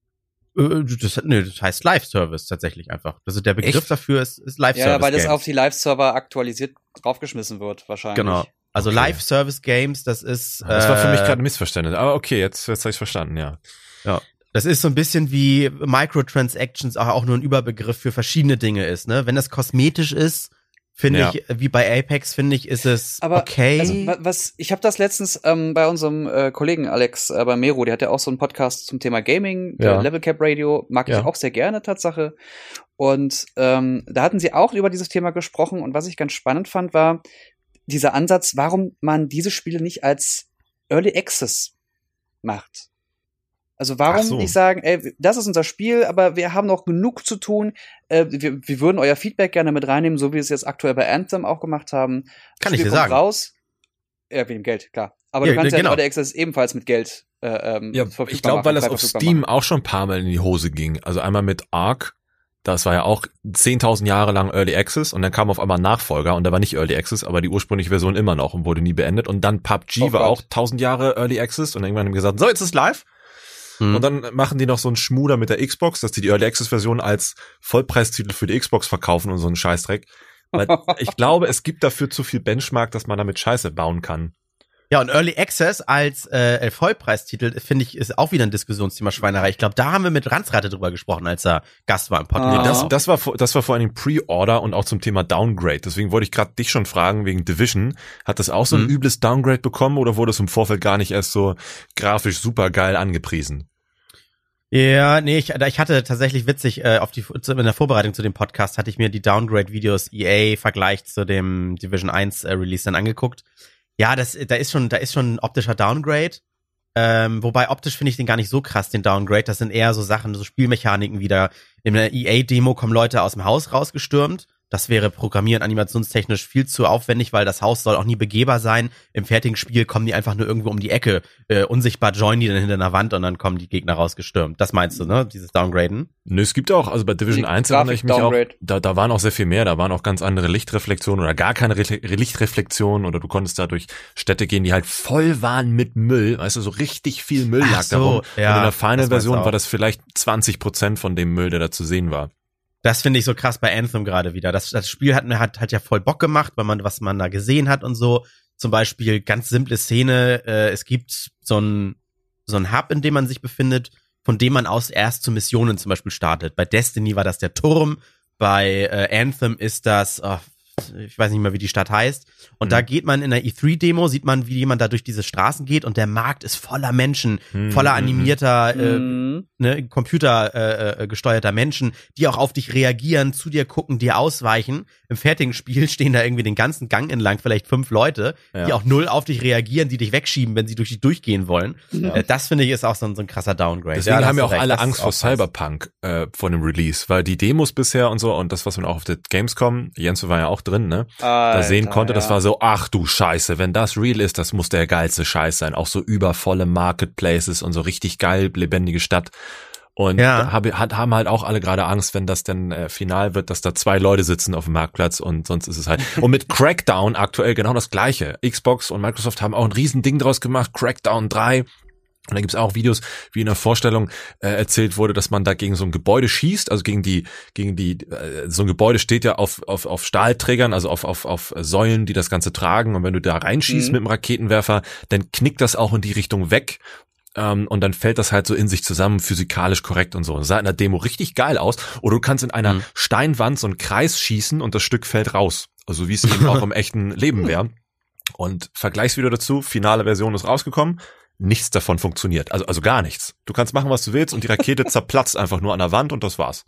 Äh, Das, nee, das heißt Live-Service tatsächlich einfach. Also der Begriff Echt? dafür ist, ist Live-Service. Ja, weil das Games. auf die Live-Server aktualisiert draufgeschmissen wird, wahrscheinlich. Genau. Also Okay. Live-Service-Games, das ist Das war für mich äh, gerade ein Missverständnis. Aber okay, jetzt, jetzt habe ich verstanden, ja. Das ist so ein bisschen wie Microtransactions auch, auch nur ein Überbegriff für verschiedene Dinge ist, ne? Wenn das kosmetisch ist, finde Ja. ich, wie bei Apex, finde ich, ist es Aber okay. also, wa- was ich habe das letztens ähm, bei unserem äh, Kollegen Alex äh, bei Mero, der hat ja auch so einen Podcast zum Thema Gaming, Ja. der Level Cap Radio, mag Ja. ich auch sehr gerne Tatsache. Und ähm, da hatten sie auch über dieses Thema gesprochen und was ich ganz spannend fand, war dieser Ansatz, warum man diese Spiele nicht als Early Access macht. Also warum Ach so. nicht sagen, ey, das ist unser Spiel, aber wir haben noch genug zu tun. Äh, wir, wir würden euer Feedback gerne mit reinnehmen, so wie wir es jetzt aktuell bei Anthem auch gemacht haben. Kann ich Spiel dir kommt sagen. raus. Ja, wegen Geld, klar. Aber Ja, du kannst ja genau. Early Access ebenfalls mit Geld äh, ähm, Ja, verfügbar ich glaube, machen, weil das frei auf verfügbar Steam machen. auch schon ein paar Mal in die Hose ging. Also einmal mit Ark, das war ja auch zehntausend Jahre lang Early Access und dann kam auf einmal ein Nachfolger und der war nicht Early Access, aber die ursprüngliche Version immer noch und wurde nie beendet. Und dann P U B G Oh war Gott. auch tausend Jahre Early Access und irgendwann haben die gesagt, so, jetzt ist live. Hm. Und dann machen die noch so einen Schmuder mit der Xbox, dass die die Early Access Version als Vollpreistitel für die Xbox verkaufen und so einen Scheißdreck. Weil ich glaube, es gibt dafür zu viel Benchmark, dass man damit Scheiße bauen kann. Ja, und Early Access als äh, Vollpreistitel, finde ich, ist auch wieder ein Diskussionsthema Schweinerei. Ich glaube, da haben wir mit Ransrate drüber gesprochen, als er Gast war im Podcast. Ah. Nee, das, das war vor- das war vor allem Pre-Order und auch zum Thema Downgrade. Deswegen wollte ich gerade dich schon fragen wegen Division. Hat das auch so ein Mhm. übles Downgrade bekommen oder wurde es im Vorfeld gar nicht erst so grafisch super geil angepriesen? Ja, nee, ich, ich hatte tatsächlich witzig, äh, auf die, in der Vorbereitung zu dem Podcast hatte ich mir die Downgrade-Videos E A-Vergleich zu dem Division eins äh, Release dann angeguckt. Ja, das, da ist schon, da ist schon ein optischer Downgrade. Ähm, wobei optisch finde ich den gar nicht so krass, den Downgrade. Das sind eher so Sachen, so Spielmechaniken wieder. In der E A-Demo kommen Leute aus dem Haus rausgestürmt. Das wäre programmieren animationstechnisch viel zu aufwendig, weil das Haus soll auch nie begehbar sein. Im fertigen Spiel kommen die einfach nur irgendwo um die Ecke. Äh, unsichtbar joinen die dann hinter einer Wand und dann kommen die Gegner rausgestürmt. Das meinst du, ne? Dieses Downgraden? Nö, es gibt auch, also bei Division Die eins erinnere ich mich auch, Grafik-Downgrade. da, da waren auch sehr viel mehr, da waren auch ganz andere Lichtreflexionen oder gar keine Re- Lichtreflexionen oder du konntest da durch Städte gehen, die halt voll waren mit Müll, weißt du, so richtig viel Müll Ach lag so, darum. ja, und in der das meinst Final-Version du auch. war das vielleicht zwanzig Prozent von dem Müll, der da zu sehen war. Das finde ich so krass bei Anthem gerade wieder. Das, das Spiel hat, hat, hat ja voll Bock gemacht, weil man, was man da gesehen hat und so. Zum Beispiel ganz simple Szene, äh, es gibt so ein, so ein Hub, in dem man sich befindet, von dem man aus erst zu Missionen zum Beispiel startet. Bei Destiny war das der Turm, bei äh, Anthem ist das, oh, ich weiß nicht mehr, wie die Stadt heißt. Und Mhm. da geht man in der E drei Demo, sieht man, wie jemand da durch diese Straßen geht und der Markt ist voller Menschen, Mhm, voller mhm. animierter, äh, Mhm. ne, Computer äh, äh, gesteuerter Menschen, die auch auf dich reagieren, zu dir gucken, dir ausweichen. Im fertigen Spiel stehen da irgendwie den ganzen Gang entlang vielleicht fünf Leute, Ja. die auch null auf dich reagieren, die dich wegschieben, wenn sie durch dich durchgehen wollen. Ja. Äh, das finde ich ist auch so ein, so ein krasser Downgrade. Deswegen da haben hast ja du auch recht, alle das ist Angst vor auch krass. Cyberpunk äh, vor dem Release, weil die Demos bisher und so und das, was man auch auf der Gamescom, Jens war ja auch drin, ne? Alter, da sehen konnte, ja. das war so, ach du Scheiße, wenn das real ist, das muss der geilste Scheiß sein. Auch so übervolle Marketplaces und so richtig geil, lebendige Stadt. Und Ja. da hab, hat, haben halt auch alle gerade Angst, wenn das dann äh, final wird, dass da zwei Leute sitzen auf dem Marktplatz und sonst ist es halt. Und mit Crackdown aktuell genau das Gleiche. Xbox und Microsoft haben auch ein riesen Ding draus gemacht, Crackdown drei. Und da gibt's auch Videos, wie in der Vorstellung äh, erzählt wurde, dass man da gegen so ein Gebäude schießt, also gegen die, gegen die, äh, so ein Gebäude steht ja auf auf auf Stahlträgern, also auf auf auf Säulen, die das Ganze tragen. Und wenn du da reinschießt Mhm. mit dem Raketenwerfer, dann knickt das auch in die Richtung weg. Um, und dann fällt das halt so in sich zusammen, physikalisch korrekt und so. Das sah in der Demo richtig geil aus. Oder du kannst in einer Mhm. Steinwand so einen Kreis schießen und das Stück fällt raus. Also wie es eben auch im echten Leben wäre. Und Vergleichsvideo dazu, finale Version ist rausgekommen. Nichts davon funktioniert. Also, also gar nichts. Du kannst machen, was du willst und die Rakete zerplatzt einfach nur an der Wand und das war's.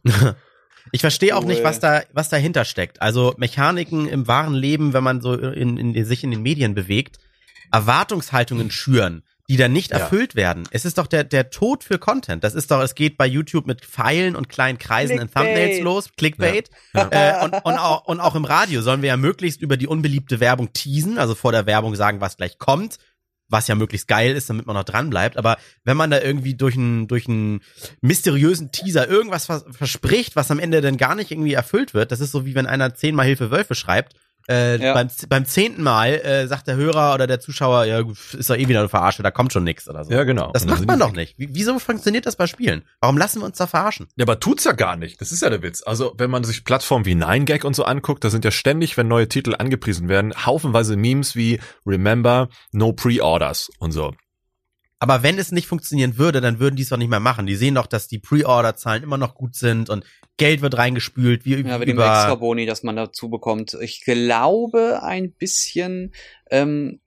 Ich verstehe auch Cool. nicht, was da, was dahinter steckt. Also Mechaniken im wahren Leben, wenn man so in, in, sich in den Medien bewegt, Erwartungshaltungen schüren, die dann nicht Ja. erfüllt werden. Es ist doch der, der Tod für Content. Das ist doch, es geht bei YouTube mit Pfeilen und kleinen Kreisen in Clickbait. Thumbnails los, Clickbait. Äh, und, und, auch, und auch im Radio sollen wir ja möglichst über die unbeliebte Werbung teasen, also vor der Werbung sagen, was gleich kommt, was ja möglichst geil ist, damit man noch dran bleibt. Aber wenn man da irgendwie durch einen durch einen mysteriösen Teaser irgendwas vers- verspricht, was am Ende dann gar nicht irgendwie erfüllt wird, das ist so wie wenn einer zehnmal Hilfe Wölfe schreibt. Äh, Ja. beim, beim zehnten Mal äh, sagt der Hörer oder der Zuschauer, ja, ist doch eh wieder eine Verarsche, da kommt schon nix oder so. Ja, genau. Das Und dann macht sind man die doch nicht. Wie, wieso funktioniert das bei Spielen? Warum lassen wir uns da verarschen? Ja, aber tut's ja gar nicht. Das ist ja der Witz. Also, wenn man sich Plattformen wie nine gag und so anguckt, da sind ja ständig, wenn neue Titel angepriesen werden, haufenweise Memes wie Remember, no Pre-Orders und so. Aber wenn es nicht funktionieren würde, dann würden die es doch nicht mehr machen. Die sehen doch, dass die Pre-Order-Zahlen immer noch gut sind und Geld wird reingespült, wie Ja, mit dem über... extra Boni, das man dazu bekommt. Ich glaube ein bisschen ähm,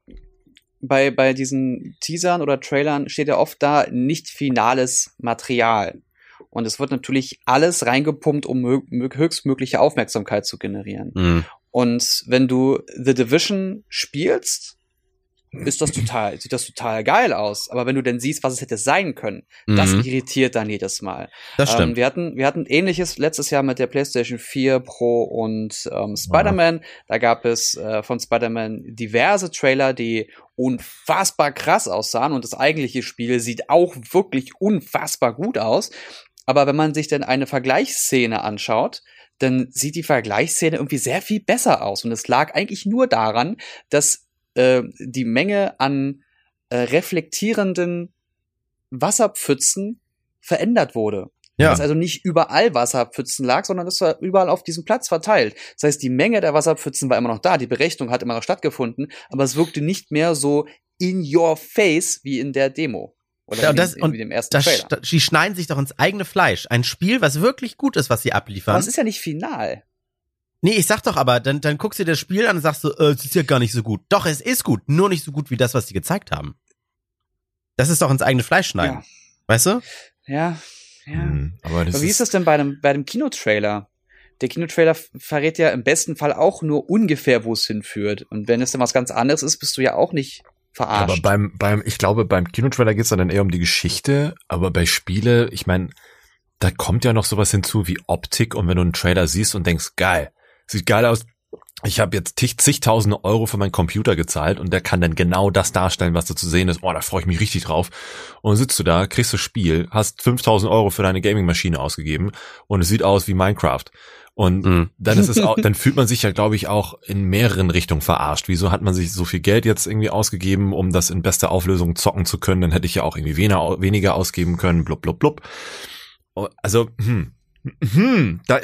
bei bei diesen Teasern oder Trailern steht ja oft da nicht finales Material. Und es wird natürlich alles reingepumpt, um mö- mö- höchstmögliche Aufmerksamkeit zu generieren. Mhm. Und wenn du The Division spielst, ist das total, sieht das total geil aus. Aber wenn du dann siehst, was es hätte sein können, das Mhm. irritiert dann jedes Mal. Das Ähm, stimmt. wir hatten, wir hatten Ähnliches letztes Jahr mit der PlayStation vier Pro und ähm, Spider-Man. Da gab es äh, von Spider-Man diverse Trailer, die unfassbar krass aussahen und das eigentliche Spiel sieht auch wirklich unfassbar gut aus. Aber wenn man sich dann eine Vergleichsszene anschaut, dann sieht die Vergleichsszene irgendwie sehr viel besser aus. Und es lag eigentlich nur daran, dass äh, die Menge an äh, reflektierenden Wasserpfützen verändert wurde. Ja. Dass also nicht überall Wasserpfützen lag, sondern das war überall auf diesem Platz verteilt. Das heißt, die Menge der Wasserpfützen war immer noch da, die Berechnung hat immer noch stattgefunden, aber es wirkte nicht mehr so in your face wie in der Demo. Oder Ja, wie, und das- dem, und wie dem ersten Das, Trailer. st- die schneiden sich doch ins eigene Fleisch. Ein Spiel, was wirklich gut ist, was sie abliefern. Aber es ist ja nicht final. Nee, ich sag doch aber, dann, dann guckst du dir das Spiel an und sagst so, äh, es ist ja gar nicht so gut. Doch, es ist gut, nur nicht so gut wie das, was sie gezeigt haben. Das ist doch ins eigene Fleisch schneiden. Ja. Weißt du? Ja, ja. Hm, aber das Aber wie ist das denn bei dem, bei dem Kinotrailer? Der Kinotrailer f- verrät ja im besten Fall auch nur ungefähr, wo es hinführt. Und wenn es dann was ganz anderes ist, bist du ja auch nicht verarscht. Aber beim, beim, ich glaube, beim Kinotrailer geht's dann eher um die Geschichte, aber bei Spiele, ich meine, da kommt ja noch sowas hinzu wie Optik und wenn du einen Trailer siehst und denkst, geil, sieht geil aus, ich habe jetzt zig, zigtausende Euro für meinen Computer gezahlt und der kann dann genau das darstellen, was da zu sehen ist, oh, da freue ich mich richtig drauf. Und dann sitzt du da, kriegst das Spiel, hast fünftausend Euro für deine Gaming-Maschine ausgegeben und es sieht aus wie Minecraft. Und Mhm. dann ist es auch, dann fühlt man sich ja, glaube ich, auch in mehreren Richtungen verarscht. Wieso hat man sich so viel Geld jetzt irgendwie ausgegeben, um das in bester Auflösung zocken zu können? Dann hätte ich ja auch irgendwie weniger, weniger ausgeben können, blub, blub, blub. Also, hm, hm, da,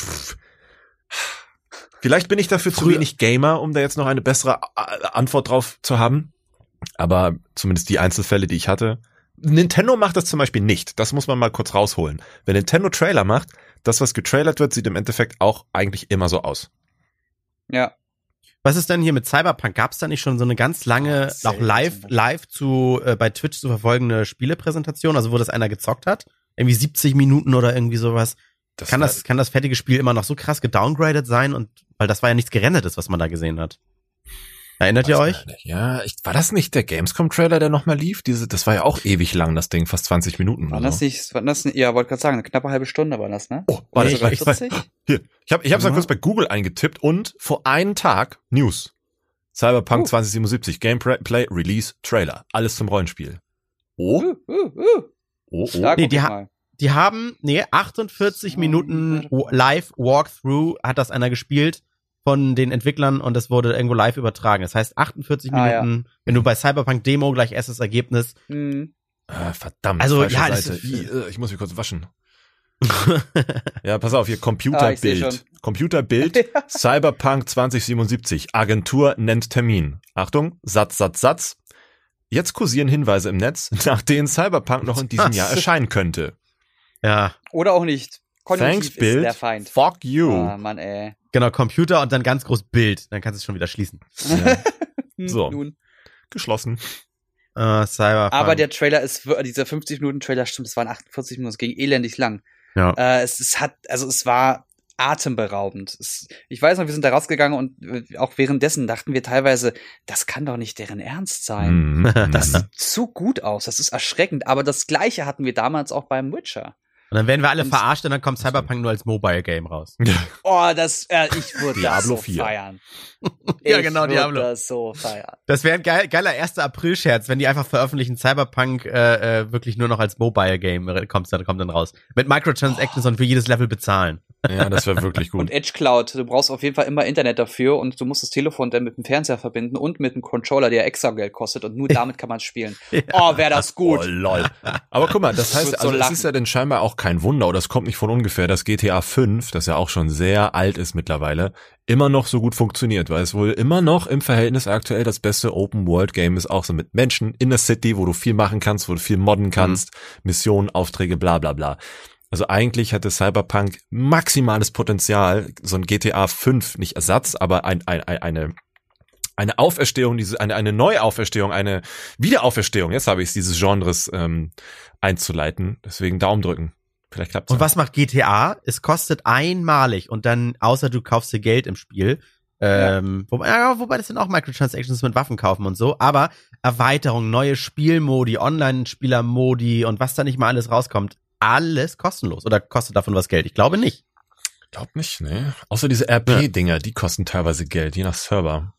vielleicht bin ich dafür zu Früher- wenig Gamer, um da jetzt noch eine bessere A- Antwort drauf zu haben. Aber zumindest die Einzelfälle, die ich hatte. Nintendo macht das zum Beispiel nicht. Das muss man mal kurz rausholen. Wenn Nintendo Trailer macht, das, was getrailert wird, sieht im Endeffekt auch eigentlich immer so aus. ja. Was ist denn hier mit Cyberpunk? Gab es da nicht schon so eine ganz lange, Oh, auch live, live zu äh, bei Twitch zu verfolgende Spielepräsentation, also wo das einer gezockt hat? Irgendwie siebzig Minuten oder irgendwie sowas. Das kann war- das, kann das fertige Spiel immer noch so krass gedowngradet sein? Und weil das war ja nichts Gerendertes, was man da gesehen hat. Erinnert ihr Weiß euch? gar nicht. Ja, ich, war das nicht der Gamescom-Trailer, der nochmal lief? Diese, das war ja auch ewig lang, das Ding, fast zwanzig Minuten War oder das so. nicht, war das nicht, ja, wollte gerade sagen, eine knappe halbe Stunde war das, ne? Oh, War warte, das sogar ich, vierzig? Hier, ich habe ich hab's mal Ja. kurz bei Google eingetippt und vor einem Tag News. Cyberpunk Uh. zwanzig siebenundsiebzig, Gameplay, Release, Trailer. Alles zum Rollenspiel. Oh, Uh, uh, uh. oh, oh. Da Nee, guck die ich ha- mal. Die haben, nee, achtundvierzig Minuten w- Live-Walkthrough hat das einer gespielt von den Entwicklern und das wurde irgendwo live übertragen. Das heißt achtundvierzig Ah, Minuten, wenn du bei Cyberpunk Demo gleich erstes Ergebnis. Hm. Ah, verdammt, Also, falsche ja, das Seite. ist- Wie, äh, ich muss mich kurz waschen. Ja, pass auf, hier Ah, ich seh Computerbild. schon. Computerbild, Cyberpunk zwanzig siebenundsiebzig. Agentur nennt Termin. Achtung, Satz, Satz, Satz. Jetzt kursieren Hinweise im Netz, nach denen Cyberpunk noch in diesem Was? Jahr erscheinen könnte. Ja, Oder auch nicht. Thanks, Konjunktiv ist Bild. der Feind. Fuck you. Ah, Mann, ey. genau, Computer und dann ganz groß Bild. Dann kannst du es schon wieder schließen. Ja. Hm, So. Nun. Geschlossen. Äh, Cyberpunk. Aber der Trailer ist, wir- dieser fünfzig-Minuten-Trailer, stimmt, es waren achtundvierzig Minuten, es ging elendig lang. Ja. Äh, es, es hat, also es war atemberaubend. Es, ich weiß noch, wir sind da rausgegangen und äh, auch währenddessen dachten wir teilweise, das kann doch nicht deren Ernst sein. Mhm. Das sieht so gut aus, das ist erschreckend. Aber das Gleiche hatten wir damals auch beim Witcher. Und dann werden wir alle Und- verarscht und dann kommt Cyberpunk nur als Mobile-Game raus. Oh, das, äh, ich würde das Diablo so vier. feiern. Ja, Ich genau, würd Diablo. das so feiern. Das wäre ein geil, geiler erster April-Scherz, wenn die einfach veröffentlichen, Cyberpunk äh, äh, wirklich nur noch als Mobile-Game kommt dann, kommt dann raus. Mit Microtransactions und für jedes Level bezahlen. Ja, das wäre wirklich gut. Und Edge Cloud, du brauchst auf jeden Fall immer Internet dafür und du musst das Telefon dann mit dem Fernseher verbinden und mit dem Controller, der extra Geld kostet und nur damit kann man spielen. Oh, wäre das gut. Oh, lol. Aber guck mal, das Ich heißt, würd so also es lachen. ist ja dann scheinbar auch kein Wunder, oder es kommt nicht von ungefähr, dass G T A fünf, das ja auch schon sehr alt ist mittlerweile, immer noch so gut funktioniert, weil es wohl immer noch im Verhältnis aktuell das beste Open-World-Game ist, auch so mit Menschen in der City, wo du viel machen kannst, wo du viel modden kannst, Missionen, Aufträge, bla bla bla. Also eigentlich hatte Cyberpunk maximales Potenzial, so ein G T A fünf, nicht Ersatz, aber ein, ein, ein, eine eine Auferstehung, diese eine eine Neuauferstehung, eine Wiederauferstehung, jetzt habe ich es, dieses Genres ähm, einzuleiten. Deswegen Daumen drücken. Vielleicht klappt's. Und ja. was macht G T A? Es kostet einmalig und dann, außer du kaufst dir Geld im Spiel, ähm, wobei, ja, wobei das sind auch Microtransactions mit Waffen kaufen und so, aber Erweiterung, neue Spielmodi, Online-Spieler-Modi und was da nicht mal alles rauskommt, alles kostenlos. Oder kostet davon was Geld? Ich glaube nicht. Glaub nicht, ne? Außer diese R P-Dinger, die kosten teilweise Geld, je nach Server.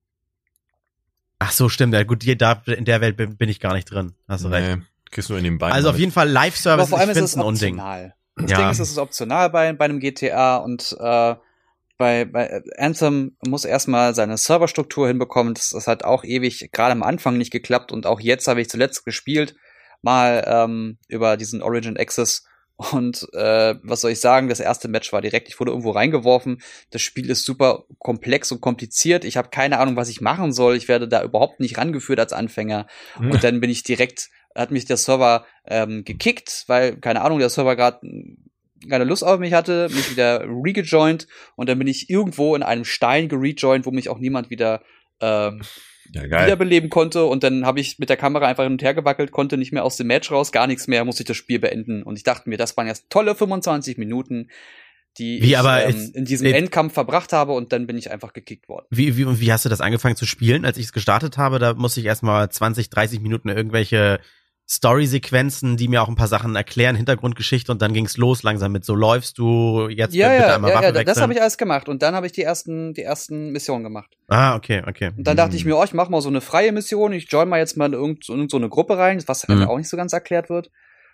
Ach so, stimmt. Ja, gut, die, da, in der Welt bin, bin ich gar nicht drin. Hast du recht. Nee, kriegst nur in den Beinen. Also auf damit. jeden Fall Aber Live-Service, vor allem ich ist finde es ein Unding. optional. Das Ja. Ding ist, es ist optional bei, bei einem G T A und äh, bei, bei Anthem muss erstmal seine Serverstruktur hinbekommen. Das, das hat auch ewig, gerade am Anfang nicht geklappt und auch jetzt habe ich zuletzt gespielt, mal ähm, über diesen Origin Access. Und äh, was soll ich sagen, das erste Match war direkt, ich wurde irgendwo reingeworfen. Das Spiel ist super komplex und kompliziert. Ich habe keine Ahnung, was ich machen soll. Ich werde da überhaupt nicht rangeführt als Anfänger. Und dann bin ich direkt, hat mich der Server ähm, gekickt, weil, keine Ahnung, der Server gerade keine Lust auf mich hatte, mich wieder regejoint und dann bin ich irgendwo in einem Stein gerejoint, wo mich auch niemand wieder ähm, ja, geil. wiederbeleben konnte und dann habe ich mit der Kamera einfach hin und her gewackelt, konnte nicht mehr aus dem Match raus, gar nichts mehr, musste ich das Spiel beenden und ich dachte mir, das waren jetzt tolle fünfundzwanzig Minuten, die Wie, ich aber ähm, ist- in diesem nee. Endkampf verbracht habe und dann bin ich einfach gekickt worden. Wie, wie, und wie hast du das angefangen zu spielen? Als ich es gestartet habe, da musste ich erstmal zwanzig, dreißig Minuten irgendwelche Story-Sequenzen, die mir auch ein paar Sachen erklären, Hintergrundgeschichte und dann ging's los langsam mit so läufst du jetzt Ja, bitte ja, einmal ja, Waffe ja, das wechseln. habe ich alles gemacht und dann habe ich die ersten, die ersten Missionen gemacht. Ah, okay, okay. Und dann dachte ich mir, oh, ich mache mal so eine freie Mission, ich join mal jetzt mal in irgend, in so eine Gruppe rein, was halt Mhm. auch nicht so ganz erklärt wird.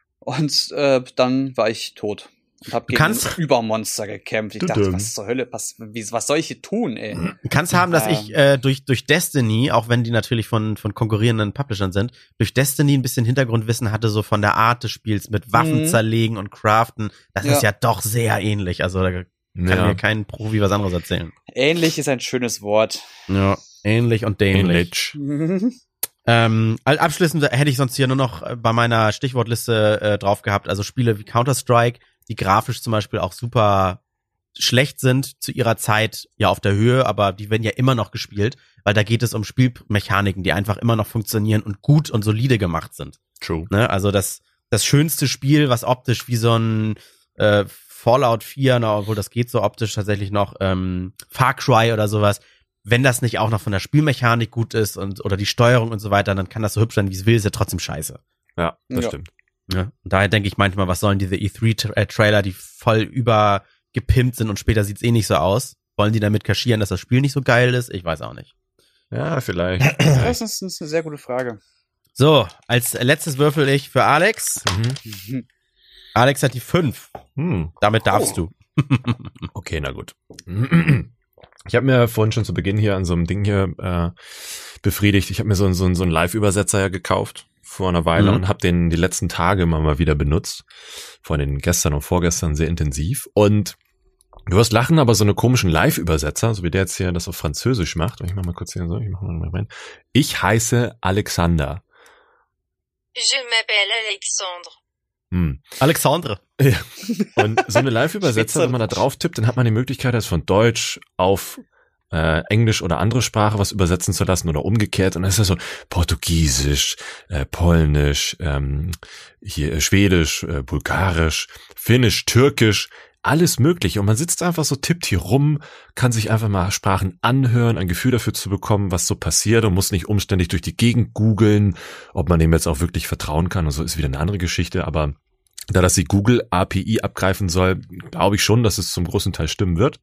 Und äh, dann war ich tot. Und hab gegen kannst- ein Übermonster gekämpft. Ich dachte, Tudum. was zur Hölle, was, wie, was soll ich hier tun, ey? Kannst haben, dass Ja. ich äh, durch durch Destiny, auch wenn die natürlich von von konkurrierenden Publishern sind, durch Destiny ein bisschen Hintergrundwissen hatte, so von der Art des Spiels mit Waffen Mhm. zerlegen und craften. Das Ja. ist ja doch sehr ähnlich. Also da kann Ja. mir kein Profi was anderes erzählen. Ähnlich ist ein schönes Wort. Ja, ähnlich und dämlich. Ähnlich. Ähm, al- abschließend hätte ich sonst hier nur noch äh, bei meiner Stichwortliste äh, drauf gehabt, also Spiele wie Counter-Strike, die grafisch zum Beispiel auch super schlecht sind, zu ihrer Zeit ja auf der Höhe, aber die werden ja immer noch gespielt, weil da geht es um Spielmechaniken, die einfach immer noch funktionieren und gut und solide gemacht sind. True. Ne? Also das das schönste Spiel, was optisch wie so ein äh, Fallout vier, na, obwohl das geht so optisch tatsächlich noch, ähm, Far Cry oder sowas, wenn das nicht auch noch von der Spielmechanik gut ist und oder die Steuerung und so weiter, dann kann das so hübsch sein, wie es will, ist ja trotzdem scheiße. Ja, das Ja. stimmt. Ja? Und daher denke ich manchmal, was sollen diese E drei Trailer, die voll übergepimpt sind und später sieht's eh nicht so aus? Wollen die damit kaschieren, dass das Spiel nicht so geil ist? Ich weiß auch nicht. Ja, vielleicht. Das ist, das ist eine sehr gute Frage. So, als letztes würfel ich für Alex. Mhm. Alex hat die fünf. Hm. Damit darfst Oh. du. Okay, na gut. Ich habe mir vorhin schon zu Beginn hier an so einem Ding hier äh, befriedigt. Ich habe mir so, so, so einen Live-Übersetzer ja gekauft vor einer Weile Mhm. und habe den die letzten Tage immer mal wieder benutzt. Vor den gestern und vorgestern sehr intensiv. Und du wirst lachen, aber so eine komischen Live-Übersetzer, so wie der jetzt hier das auf Französisch macht. Ich mach mal kurz hier so, ich mach mal rein. Ich heiße Alexander. Je m'appelle Alexandre. Hm. Alexandre. Und so eine Live-Übersetzer, wenn man da drauf tippt, dann hat man die Möglichkeit, das von Deutsch auf äh, Englisch oder andere Sprache was übersetzen zu lassen oder umgekehrt. Und dann ist das so Portugiesisch, äh, Polnisch, ähm, hier äh, Schwedisch, äh, Bulgarisch, Finnisch, Türkisch, alles mögliche. Und man sitzt einfach so, tippt hier rum, kann sich einfach mal Sprachen anhören, ein Gefühl dafür zu bekommen, was so passiert und muss nicht umständlich durch die Gegend googeln, ob man dem jetzt auch wirklich vertrauen kann. Und so ist wieder eine andere Geschichte, aber da das die Google A P I abgreifen soll, glaube ich schon, dass es zum großen Teil stimmen wird.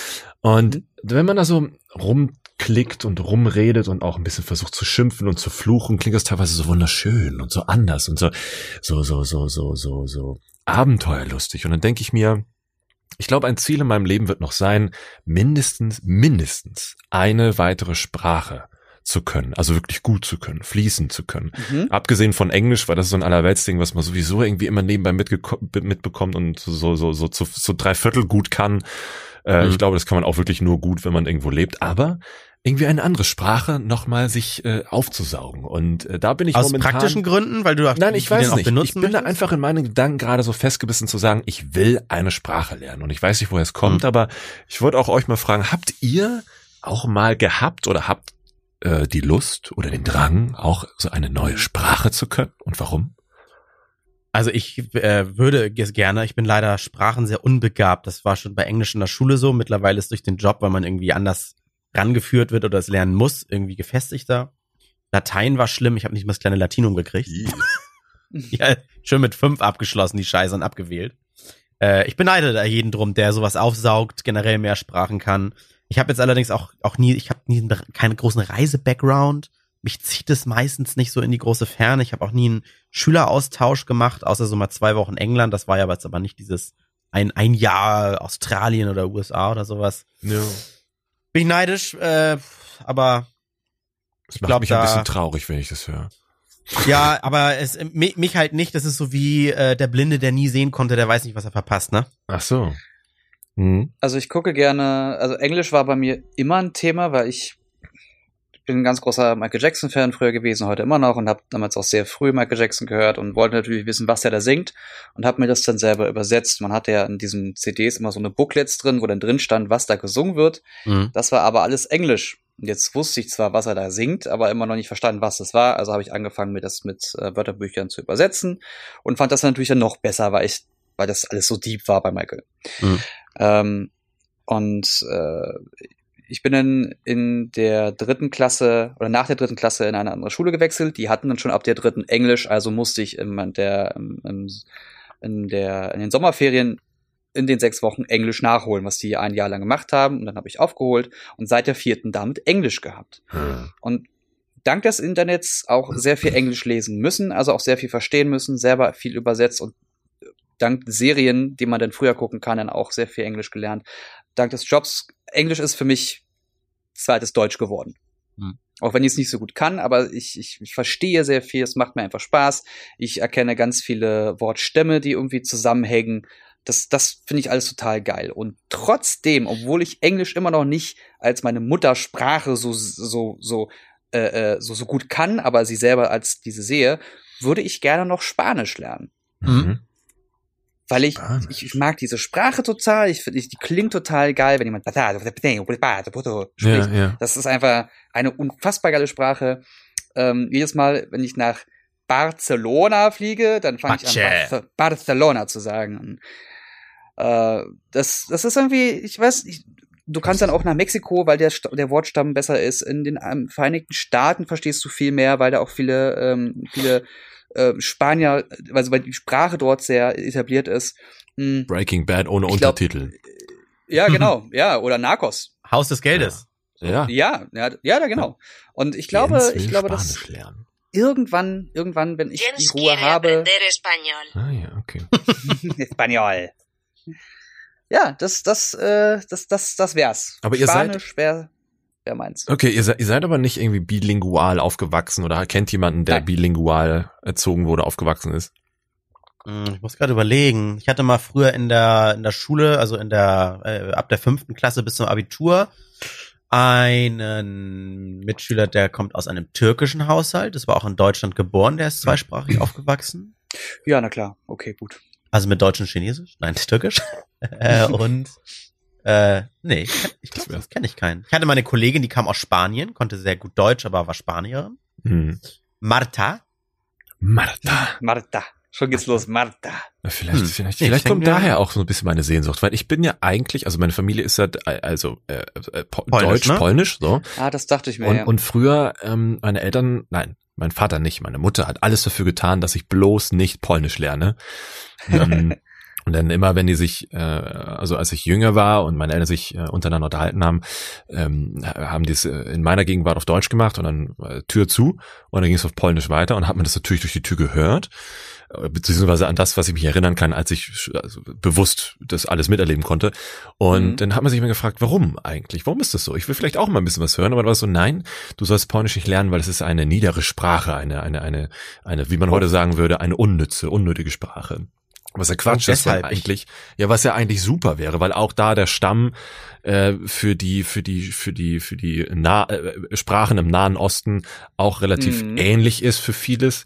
Und wenn man da so rumklickt und rumredet und auch ein bisschen versucht zu schimpfen und zu fluchen, klingt das teilweise so wunderschön und so anders und so, so, so, so, so, so, so abenteuerlustig. Und dann denke ich mir, ich glaube, ein Ziel in meinem Leben wird noch sein, mindestens, mindestens eine weitere Sprache zu können, also wirklich gut zu können, fließen zu können. Mhm. Abgesehen von Englisch, weil das ist so ein Allerweltsding, was man sowieso irgendwie immer nebenbei mitgeko- mitbekommt und so so so so, so drei Viertel gut kann. Äh, Mhm. Ich glaube, das kann man auch wirklich nur gut, wenn man irgendwo lebt. Aber irgendwie eine andere Sprache nochmal sich äh, aufzusaugen. Und äh, da bin ich Aus momentan... praktischen Gründen, weil du auch Nein, ich die weiß den es auch nicht. benutzen Ich bin da möchtest? einfach in meinen Gedanken gerade so festgebissen zu sagen, ich will eine Sprache lernen. Und ich weiß nicht, woher es kommt, Mhm. aber ich wollte auch euch mal fragen, habt ihr auch mal gehabt oder habt äh, die Lust oder den Drang, auch so eine neue Sprache zu können? Und warum? Also ich äh, würde es gerne, ich bin leider Sprachen sehr unbegabt. Das war schon bei Englisch in der Schule so. Mittlerweile ist durch den Job, weil man irgendwie anders rangeführt wird oder es lernen muss, irgendwie gefestigter. Latein war schlimm, ich habe nicht mal das kleine Latinum gekriegt. Ja, schön mit fünf abgeschlossen, die Scheiße, und abgewählt. Äh, ich beneide da jeden drum, der sowas aufsaugt, generell mehr Sprachen kann. Ich habe jetzt allerdings auch auch nie, ich habe nie keinen großen Reise-Background. Mich zieht es meistens nicht so in die große Ferne. Ich habe auch nie einen Schüleraustausch gemacht, außer so mal zwei Wochen England. Das war ja jetzt aber nicht dieses ein ein Jahr Australien oder U S A oder sowas. Ja. Bin ich neidisch, äh, aber Das macht glaub, mich ein da- bisschen traurig, wenn ich das höre. ja, aber es mi- mich halt nicht. Das ist so wie äh, der Blinde, der nie sehen konnte, der weiß nicht, was er verpasst, ne? Ach so. Mhm. Also ich gucke gerne, also Englisch war bei mir immer ein Thema, weil ich bin ein ganz großer Michael Jackson-Fan früher gewesen, heute immer noch, und habe damals auch sehr früh Michael Jackson gehört und wollte natürlich wissen, was der da singt, und habe mir das dann selber übersetzt. Man hatte ja in diesen C Ds immer so eine Booklets drin, wo dann drin stand, was da gesungen wird. Mhm. Das war aber alles Englisch. Und jetzt wusste ich zwar, was er da singt, aber immer noch nicht verstanden, was das war. Also habe ich angefangen, mir das mit äh, Wörterbüchern zu übersetzen und fand das natürlich dann noch besser, weil ich, weil das alles so deep war bei Michael. Mhm. Ähm, und äh, ich bin dann in der dritten Klasse oder nach der dritten Klasse in eine andere Schule gewechselt. Die hatten dann schon ab der dritten Englisch, also musste ich in der, in, in der in den Sommerferien in den sechs Wochen Englisch nachholen, was die ein Jahr lang gemacht haben. Und dann habe ich aufgeholt und seit der vierten damit Englisch gehabt. Hm. Und dank des Internets auch sehr viel Englisch lesen müssen, also auch sehr viel verstehen müssen, selber viel übersetzt und dank Serien, die man dann früher gucken kann, dann auch sehr viel Englisch gelernt. Dank des Jobs, Englisch ist für mich zweites Deutsch geworden. Hm. Auch wenn ich es nicht so gut kann, aber ich, ich, ich verstehe sehr viel, es macht mir einfach Spaß. Ich erkenne ganz viele Wortstämme, die irgendwie zusammenhängen. Das, das finde ich alles total geil. Und trotzdem, obwohl ich Englisch immer noch nicht als meine Muttersprache so, so, so, äh, so, so gut kann, aber sie selber als diese sehe, würde ich gerne noch Spanisch lernen. Mhm. Weil ich, Spanisch. ich, ich mag diese Sprache total. Ich finde, die klingt total geil, wenn jemand spricht. Ja, ja. Das ist einfach eine unfassbar geile Sprache. Ähm, jedes Mal, wenn ich nach Barcelona fliege, dann fange ich an, Bache. Bar Barcelona zu sagen. Und, äh, das, das ist irgendwie, ich weiß, ich, du kannst dann auch nach Mexiko, weil der, der Wortstamm besser ist. In den ähm, Vereinigten Staaten verstehst du viel mehr, weil da auch viele, ähm, viele äh, Spanier, also weil die Sprache dort sehr etabliert ist. Mhm. Breaking Bad ohne Ich glaub, Untertitel. Ja, genau. Ja, oder Narcos. Haus des Geldes. Ja. Ja, ja, ja, da genau. Und ich glaube, Jens will ich glaube, dass Spanisch lernen. irgendwann, irgendwann, wenn ich die Jens Ruhe quiere habe, aprender español. Ah ja, okay. Espanol. Ja, das, das, äh, das, das, das wär's. Aber ihr seid- Spanisch wär, wär meins. Okay, ihr seid, ihr seid aber nicht irgendwie bilingual aufgewachsen oder kennt jemanden, der Nein. bilingual erzogen wurde, aufgewachsen ist? Hm, Ich muss gerade überlegen. Ich hatte mal früher in der in der Schule, also in der äh, ab der fünften Klasse bis zum Abitur, einen Mitschüler, der kommt aus einem türkischen Haushalt. Das war auch in Deutschland geboren. Der ist zweisprachig aufgewachsen. Ja, na klar. Okay, gut. Also mit Deutsch und Chinesisch? Nein, Türkisch. äh, und äh, nee, ich, kenn- ich glaube, das kenne ich keinen. Ich hatte mal eine Kollegin, die kam aus Spanien, konnte sehr gut Deutsch, aber war Spanierin. Hm. Marta. Martha. Marta. Schon geht's los, Marta. Vielleicht, Hm. vielleicht, Nee, vielleicht ich kommt denke, daher auch so ein bisschen meine Sehnsucht, weil ich bin ja eigentlich, also meine Familie ist ja äh, also äh, äh, po Polnisch, Deutsch, ne? Polnisch, so. Ah, das dachte ich mir, Und, ja. und früher, ähm, meine Eltern, nein, mein Vater nicht, meine Mutter hat alles dafür getan, dass ich bloß nicht Polnisch lerne. ähm, und dann immer, wenn die sich, äh, also als ich jünger war und meine Eltern sich äh, untereinander unterhalten haben, ähm, haben die es äh, in meiner Gegenwart auf Deutsch gemacht und dann äh, Tür zu und dann ging es auf Polnisch weiter und hat man das natürlich durch die Tür gehört, äh, beziehungsweise an das, was ich mich erinnern kann, als ich also, bewusst das alles miterleben konnte. Und Mhm. dann hat man sich immer gefragt, warum eigentlich? Warum ist das so? Ich will vielleicht auch mal ein bisschen was hören, aber da war es so, nein, du sollst Polnisch nicht lernen, weil es ist eine niedere Sprache, eine, eine, eine, eine, wie man heute sagen würde, eine unnütze, unnötige Sprache. Was ja Quatsch Und ist, weil deshalb ich- eigentlich, ja, was ja eigentlich super wäre, weil auch da der Stamm äh, für die, für die, für die, für die nah äh, Sprachen im Nahen Osten auch relativ Mhm. ähnlich ist für vieles.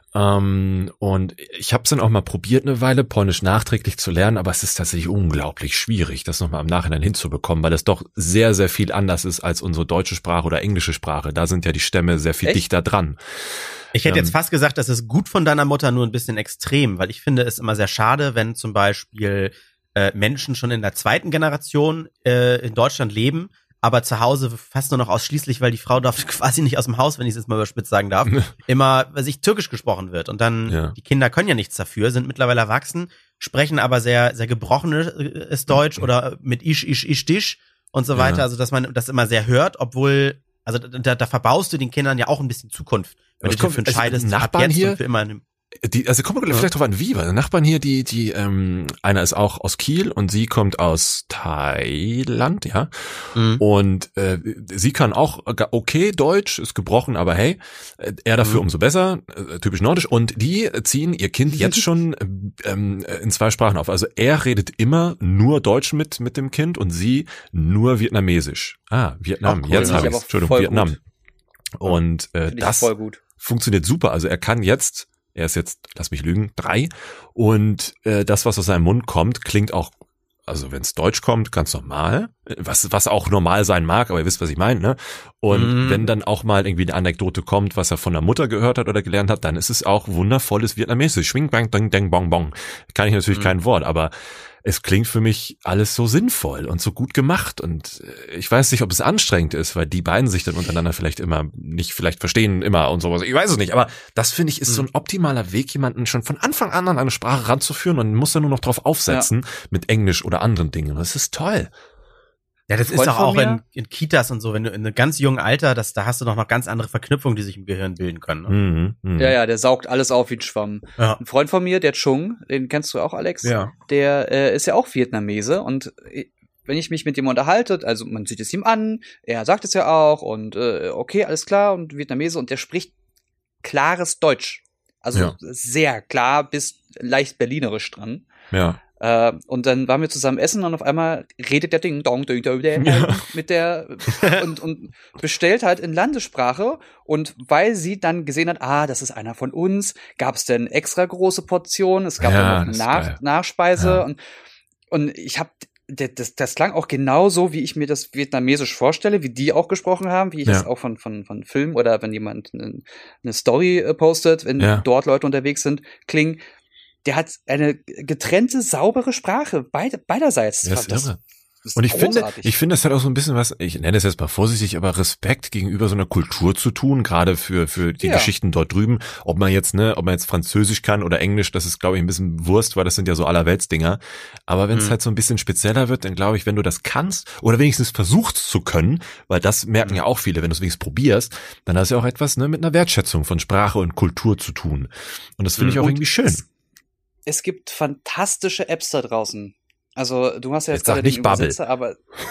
Ähm, und ich habe es dann auch mal probiert eine Weile, Polnisch nachträglich zu lernen, aber es ist tatsächlich unglaublich schwierig, das nochmal im Nachhinein hinzubekommen, weil es doch sehr, sehr viel anders ist als unsere deutsche Sprache oder englische Sprache. Da sind ja die Stämme sehr viel Echt? dichter dran. Ich hätte Ähm, jetzt fast gesagt, das ist gut von deiner Mutter, nur ein bisschen extrem, weil ich finde es immer sehr schade, wenn zum Beispiel äh, Menschen schon in der zweiten Generation äh, in Deutschland leben, aber zu Hause fast nur noch ausschließlich, weil die Frau darf quasi nicht aus dem Haus, wenn ich es jetzt mal überspitzt sagen darf, immer, weiß ich, türkisch gesprochen wird. Und dann, Ja. die Kinder können ja nichts dafür, sind mittlerweile erwachsen, sprechen aber sehr, sehr gebrochenes Deutsch oder mit isch, isch, isch, dich und so weiter. Ja. Also, dass man das immer sehr hört, obwohl, also da, da verbaust du den Kindern ja auch ein bisschen Zukunft. Wenn Aber du es kommt- dich dafür entscheidest, also ab Nachbarn jetzt hier- und für immer in dem Die, also kommen wir vielleicht drauf an, wie, weil Nachbarn hier, die, die, ähm, einer ist auch aus Kiel und sie kommt aus Thailand, ja. Mhm. Und äh, sie kann auch ga- okay Deutsch, ist gebrochen, aber hey, äh, er dafür Mhm. umso besser, äh, typisch nordisch. Und die ziehen ihr Kind jetzt schon ähm, in zwei Sprachen auf. Also er redet immer nur Deutsch mit mit dem Kind und sie nur Vietnamesisch. Ah, Vietnam, Ach, cool. jetzt Finde habe ich ich aber Entschuldigung, voll Vietnam. gut. Und äh, Finde ich das voll gut. funktioniert super. Also er kann jetzt, er ist jetzt, lass mich lügen, drei. Und äh, das, was aus seinem Mund kommt, klingt auch, also wenn es Deutsch kommt, ganz normal. Was, was auch normal sein mag, aber ihr wisst, was ich meine, ne? Und Mhm. wenn dann auch mal irgendwie eine Anekdote kommt, was er von der Mutter gehört hat oder gelernt hat, dann ist es auch wundervolles Vietnamesisch. Schwing, bang, dang, dang, bong, bong. Kann ich natürlich Mhm. kein Wort, aber es klingt für mich alles so sinnvoll und so gut gemacht und äh, ich weiß nicht, ob es anstrengend ist, weil die beiden sich dann untereinander vielleicht immer nicht vielleicht verstehen immer und sowas. Ich weiß es nicht, aber das finde ich ist so ein optimaler Weg, jemanden schon von Anfang an an eine Sprache ranzuführen und muss dann nur noch drauf aufsetzen mit Englisch oder anderen Dingen. Das ist toll. Ja, das ist Freund doch von auch mir- in, in Kitas und so, wenn du in einem ganz jungen Alter, das, da hast du doch noch ganz andere Verknüpfungen, die sich im Gehirn bilden können. Ne? Mhm, mhm. Ja, ja, der saugt alles auf wie ein Schwamm. Ja. Ein Freund von mir, der Chung, den kennst du auch, Alex? Ja. Der äh, ist ja auch Vietnamese und äh, wenn ich mich mit ihm unterhalte, also man sieht es ihm an, er sagt es ja auch und äh, okay, alles klar und Vietnamese und der spricht klares Deutsch. Also Ja. sehr klar bis leicht berlinerisch dran. Ja. Äh, und dann waren wir zusammen essen und auf einmal redet der Ding Dong Ding Dong Ding Ja. mit der und, und bestellt halt in Landessprache und weil sie dann gesehen hat, ah, das ist einer von uns, gab es denn extra große Portionen, es gab Ja, dann noch eine das ist Nach geil. Nachspeise Ja. und und ich habe das, das klang auch genauso, wie ich mir das vietnamesisch vorstelle, wie die auch gesprochen haben, wie ich Ja. das auch von von von Filmen oder wenn jemand eine, eine Story äh, postet, wenn Ja. dort Leute unterwegs sind, klingen. Der hat eine getrennte, saubere Sprache, beide, beiderseits. Das ist das irre. ist Und ich finde, großartig. ich finde, das hat auch so ein bisschen was, ich nenne es jetzt mal vorsichtig, aber Respekt gegenüber so einer Kultur zu tun, gerade für für die Ja. Geschichten dort drüben. Ob man jetzt, ne, ob man jetzt Französisch kann oder Englisch, das ist, glaube ich, ein bisschen Wurst, weil das sind ja so Allerweltsdinger. Aber wenn es Mhm. halt so ein bisschen spezieller wird, dann glaube ich, wenn du das kannst oder wenigstens versuchst zu können, weil das merken ja auch viele, wenn du es wenigstens probierst, dann hast du ja auch etwas, ne, mit einer Wertschätzung von Sprache und Kultur zu tun. Und das finde ich auch Und irgendwie schön. Es, es gibt fantastische Apps da draußen. Also du hast ja jetzt, Jetzt sag gerade nicht den Bubble. Übersetzer, aber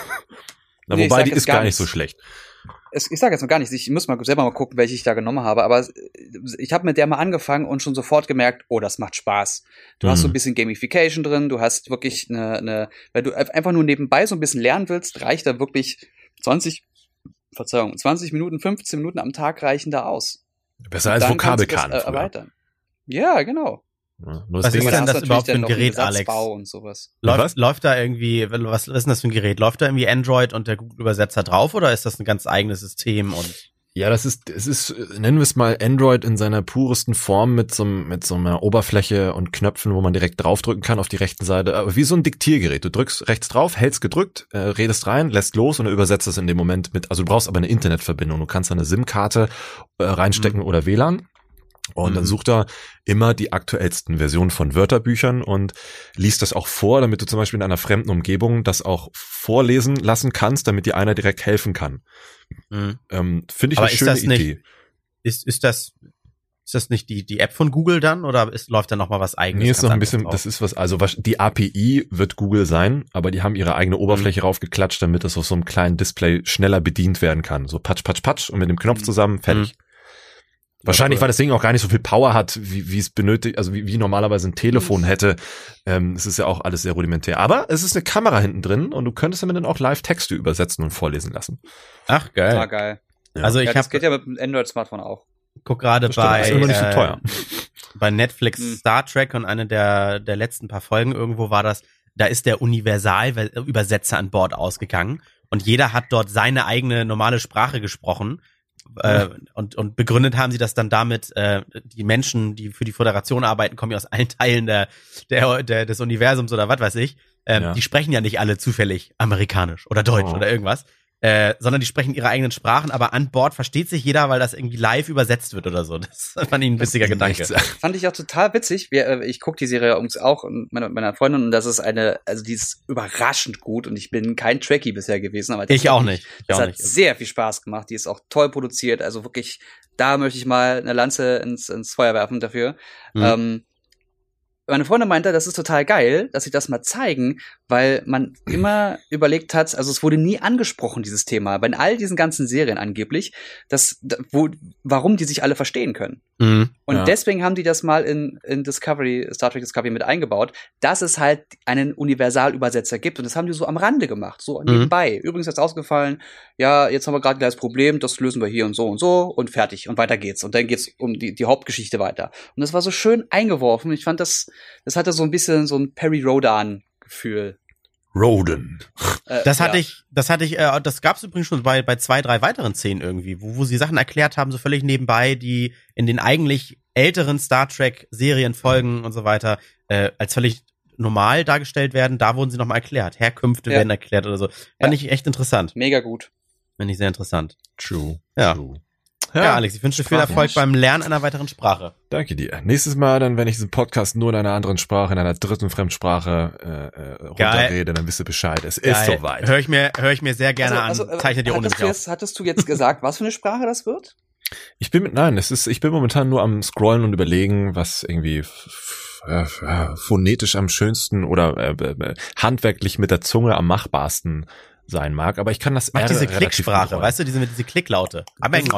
Na, nee, ich wobei, sag die jetzt ist gar gar nicht nichts. so schlecht. es, ich sage jetzt noch gar nichts. Ich muss mal selber mal gucken, welche ich da genommen habe. Aber ich habe mit der mal angefangen und schon sofort gemerkt, oh, das macht Spaß. Du Mhm. hast so ein bisschen Gamification drin. Du hast wirklich eine, eine, wenn du einfach nur nebenbei so ein bisschen lernen willst, reicht da wirklich zwanzig, Verzeihung, zwanzig Minuten, fünfzehn Minuten am Tag reichen da aus. Besser Und als dann kannst du das, Vokabelkarten äh, früher. erweitern. Ja, genau. Ja, nur Was das Ding ist Und denn dann das hast du überhaupt für ein natürlich dann Gerät, noch den Alex? Satzbau und sowas. Läuft, Was? läuft da irgendwie, was ist denn das für ein Gerät? Läuft da irgendwie Android und der Google-Übersetzer drauf oder ist das ein ganz eigenes System? Und Ja, das ist, es ist, nennen wir es mal Android in seiner puresten Form mit so, einem- mit so einer Oberfläche und Knöpfen, wo man direkt draufdrücken kann auf die rechten Seite. Aber wie so ein Diktiergerät. Du drückst rechts drauf, hältst gedrückt, äh, redest rein, lässt los und er übersetzt es in dem Moment mit, also du brauchst aber eine Internetverbindung. Du kannst da eine SIM-Karte äh, reinstecken Mhm. oder W L A N. Und dann Mhm. sucht er immer die aktuellsten Versionen von Wörterbüchern und liest das auch vor, damit du zum Beispiel in einer fremden Umgebung das auch vorlesen lassen kannst, damit dir einer direkt helfen kann. Mhm. Ähm, Finde ich Aber eine ist schöne das nicht- Idee. ist, ist das, ist das nicht die, die App von Google dann oder ist, läuft da noch mal was eigenes? Nee, ist ganz noch ein anderes bisschen, drauf? das ist was, also was, die A P I wird Google sein, aber die haben ihre eigene Oberfläche raufgeklatscht, damit das auf so einem kleinen Display schneller bedient werden kann. So patsch, patsch, patsch und mit dem Knopf Mhm. zusammen, fertig. Wahrscheinlich, cool. weil das Ding auch gar nicht so viel Power hat, wie, wie es benötigt, also wie, wie normalerweise ein Telefon hätte. Ähm, es ist ja auch alles sehr rudimentär. Aber es ist eine Kamera hinten drin und du könntest damit dann auch Live-Texte übersetzen und vorlesen lassen. Ach, geil. Ah, geil. Ja. Also ich ja, das hab, geht ja mit dem Android-Smartphone auch. guck gerade Das stimmt, bei, ist immer nicht so äh, teuer. bei Netflix Mhm. Star Trek und eine der, der letzten paar Folgen irgendwo war das, da ist der Universal-Übersetzer an Bord ausgegangen und jeder hat dort seine eigene normale Sprache gesprochen. Äh, und, und begründet haben sie das dann damit, äh, die Menschen, die für die Föderation arbeiten, kommen ja aus allen Teilen der, der, der des Universums oder was weiß ich. Ähm, Ja. Die sprechen ja nicht alle zufällig amerikanisch oder Deutsch Oh. oder irgendwas, äh, sondern die sprechen ihre eigenen Sprachen, aber an Bord versteht sich jeder, weil das irgendwie live übersetzt wird oder so. Das fand ich ein witziger Gedanke. Echt. Fand ich auch total witzig. Wir, äh, ich gucke die Serie übrigens auch mit meiner, meiner Freundin und das ist eine, also die ist überraschend gut und ich bin kein Trekkie bisher gewesen. Aber Ich auch nicht. Ich Das auch hat nicht. sehr viel Spaß gemacht. Die ist auch toll produziert. Also wirklich, da möchte ich mal eine Lanze ins, ins Feuer werfen dafür. Mhm. Ähm, meine Freundin meinte, das ist total geil, dass sie das mal zeigen, weil man immer überlegt hat, also es wurde nie angesprochen, dieses Thema, bei all diesen ganzen Serien angeblich, dass, wo, warum die sich alle verstehen können. Mhm. Und Ja. deswegen haben die das mal in, in Discovery, Star Trek Discovery mit eingebaut, dass es halt einen Universalübersetzer gibt. Und das haben die so am Rande gemacht, so nebenbei. Übrigens ist ausgefallen, ja, jetzt haben wir gerade das Problem, das lösen wir hier und so und so und fertig. Und weiter geht's. Und dann geht's um die, die Hauptgeschichte weiter. Und das war so schön eingeworfen. Ich fand das, das hatte so ein bisschen so ein Perry Rodan-Gefühl. Roden. Äh, Das hatte ja. ich, das hatte ich, äh, das gab es übrigens schon bei, bei zwei, drei weiteren Szenen irgendwie, wo, wo sie Sachen erklärt haben, so völlig nebenbei, die in den eigentlich älteren Star Trek Serienfolgen und so weiter äh, als völlig normal dargestellt werden. Da wurden sie nochmal erklärt. Herkünfte Ja. werden erklärt oder so. Fand ich echt interessant. Mega gut. Fand ich sehr interessant. True. Ja. True. Ja, Alex, ich wünsche dir viel Sprache. Erfolg beim Lernen einer weiteren Sprache. Danke dir. Nächstes Mal dann, wenn ich diesen Podcast nur in einer anderen Sprache, in einer dritten Fremdsprache äh, äh, runterrede, dann wisst ihr Bescheid. Es ist Geil. soweit. Hör ich mir, hör ich mir sehr gerne Also, an. also, äh, Zeichne dir ohne hattest mich du auf. jetzt, hattest du jetzt gesagt, was für eine Sprache das wird? Ich bin mit, nein, es ist, ich bin momentan nur am Scrollen und überlegen, was irgendwie f- f- äh, phonetisch am schönsten oder äh, äh, handwerklich mit der Zunge am machbarsten sein mag, aber ich kann das Mach R diese relativ Klicksprache, gut weißt du, diese mit diese Klicklaute. Alex,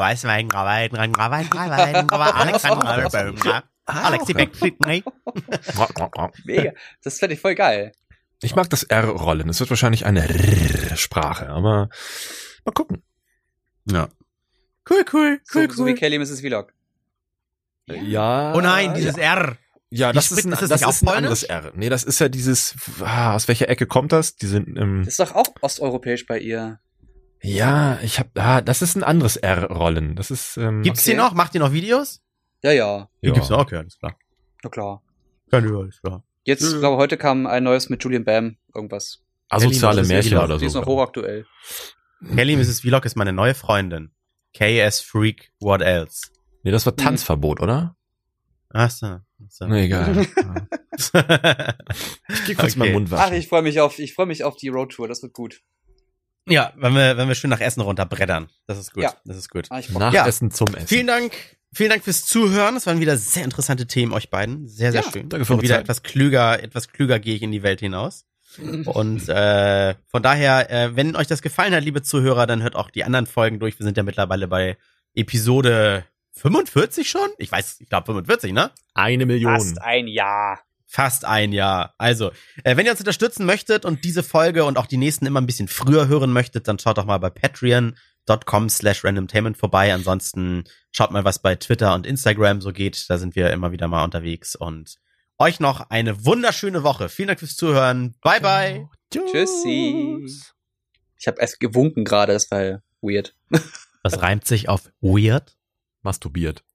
die Backflip, ne? rollen. Mega. Das fände ich voll geil. Ich mag das R-Rollen. Es wird wahrscheinlich eine R-Sprache, aber mal gucken. Ja. Cool, cool, So, cool, so wie cool. Kelly Missus Vlog. Ja. Oh nein, dieses R. Ja, Wie das spricht- ist ein, ist das das nicht ist ein auch anderes R. Nee, das ist ja dieses, ah, aus welcher Ecke kommt das? Die sind, ähm, Das ist doch auch osteuropäisch bei ihr. ja, ich hab, ah, das ist ein anderes R-Rollen. Das ist, ähm, Gibt's die Okay. noch? Macht die noch Videos? Ja, ja. Die ja. gibt's noch, okay, alles klar. Na klar. Ja, alles klar. Jetzt, Ja. glaube heute kam ein neues mit Julian Bam. Irgendwas. Asoziale Kelly, Märchen Vlog. oder Die ist so. noch hochaktuell. Kelly Misses Vlog ist meine neue Freundin. K S Freak, what else? Nee, das war Tanzverbot, oder? Ach so. so. Nee, egal. Ich geh kurz Okay. meinen Mund Ach, waschen. ich freue mich auf, ich freue mich auf die Roadtour. Das wird gut. Ja, wenn wir, wenn wir schön nach Essen runterbrettern. Das ist gut. Ja. Das ist gut. Ah, ich Bock. Nach Ja. Essen zum Essen. Vielen Dank. Vielen Dank fürs Zuhören. Das waren wieder sehr interessante Themen, euch beiden. Sehr, sehr Ja, schön. danke für Und eure wieder Zeit. etwas klüger, etwas klüger gehe ich in die Welt hinaus. Und äh, von daher, äh, wenn euch das gefallen hat, liebe Zuhörer, dann hört auch die anderen Folgen durch. Wir sind ja mittlerweile bei Episode fünfundvierzig schon? Ich weiß, ich glaube fünfundvierzig, ne? Eine Million. Fast ein Jahr. Fast ein Jahr. Also, äh, wenn ihr uns unterstützen möchtet und diese Folge und auch die nächsten immer ein bisschen früher hören möchtet, dann schaut doch mal bei patreon.com slash randomtainment vorbei. Ansonsten schaut mal, was bei Twitter und Instagram so geht. Da sind wir immer wieder mal unterwegs. Und euch noch eine wunderschöne Woche. Vielen Dank fürs Zuhören. Bye, bye. Tschüssi. Ich habe erst gewunken gerade, das war weird. Was reimt sich auf weird? Masturbiert.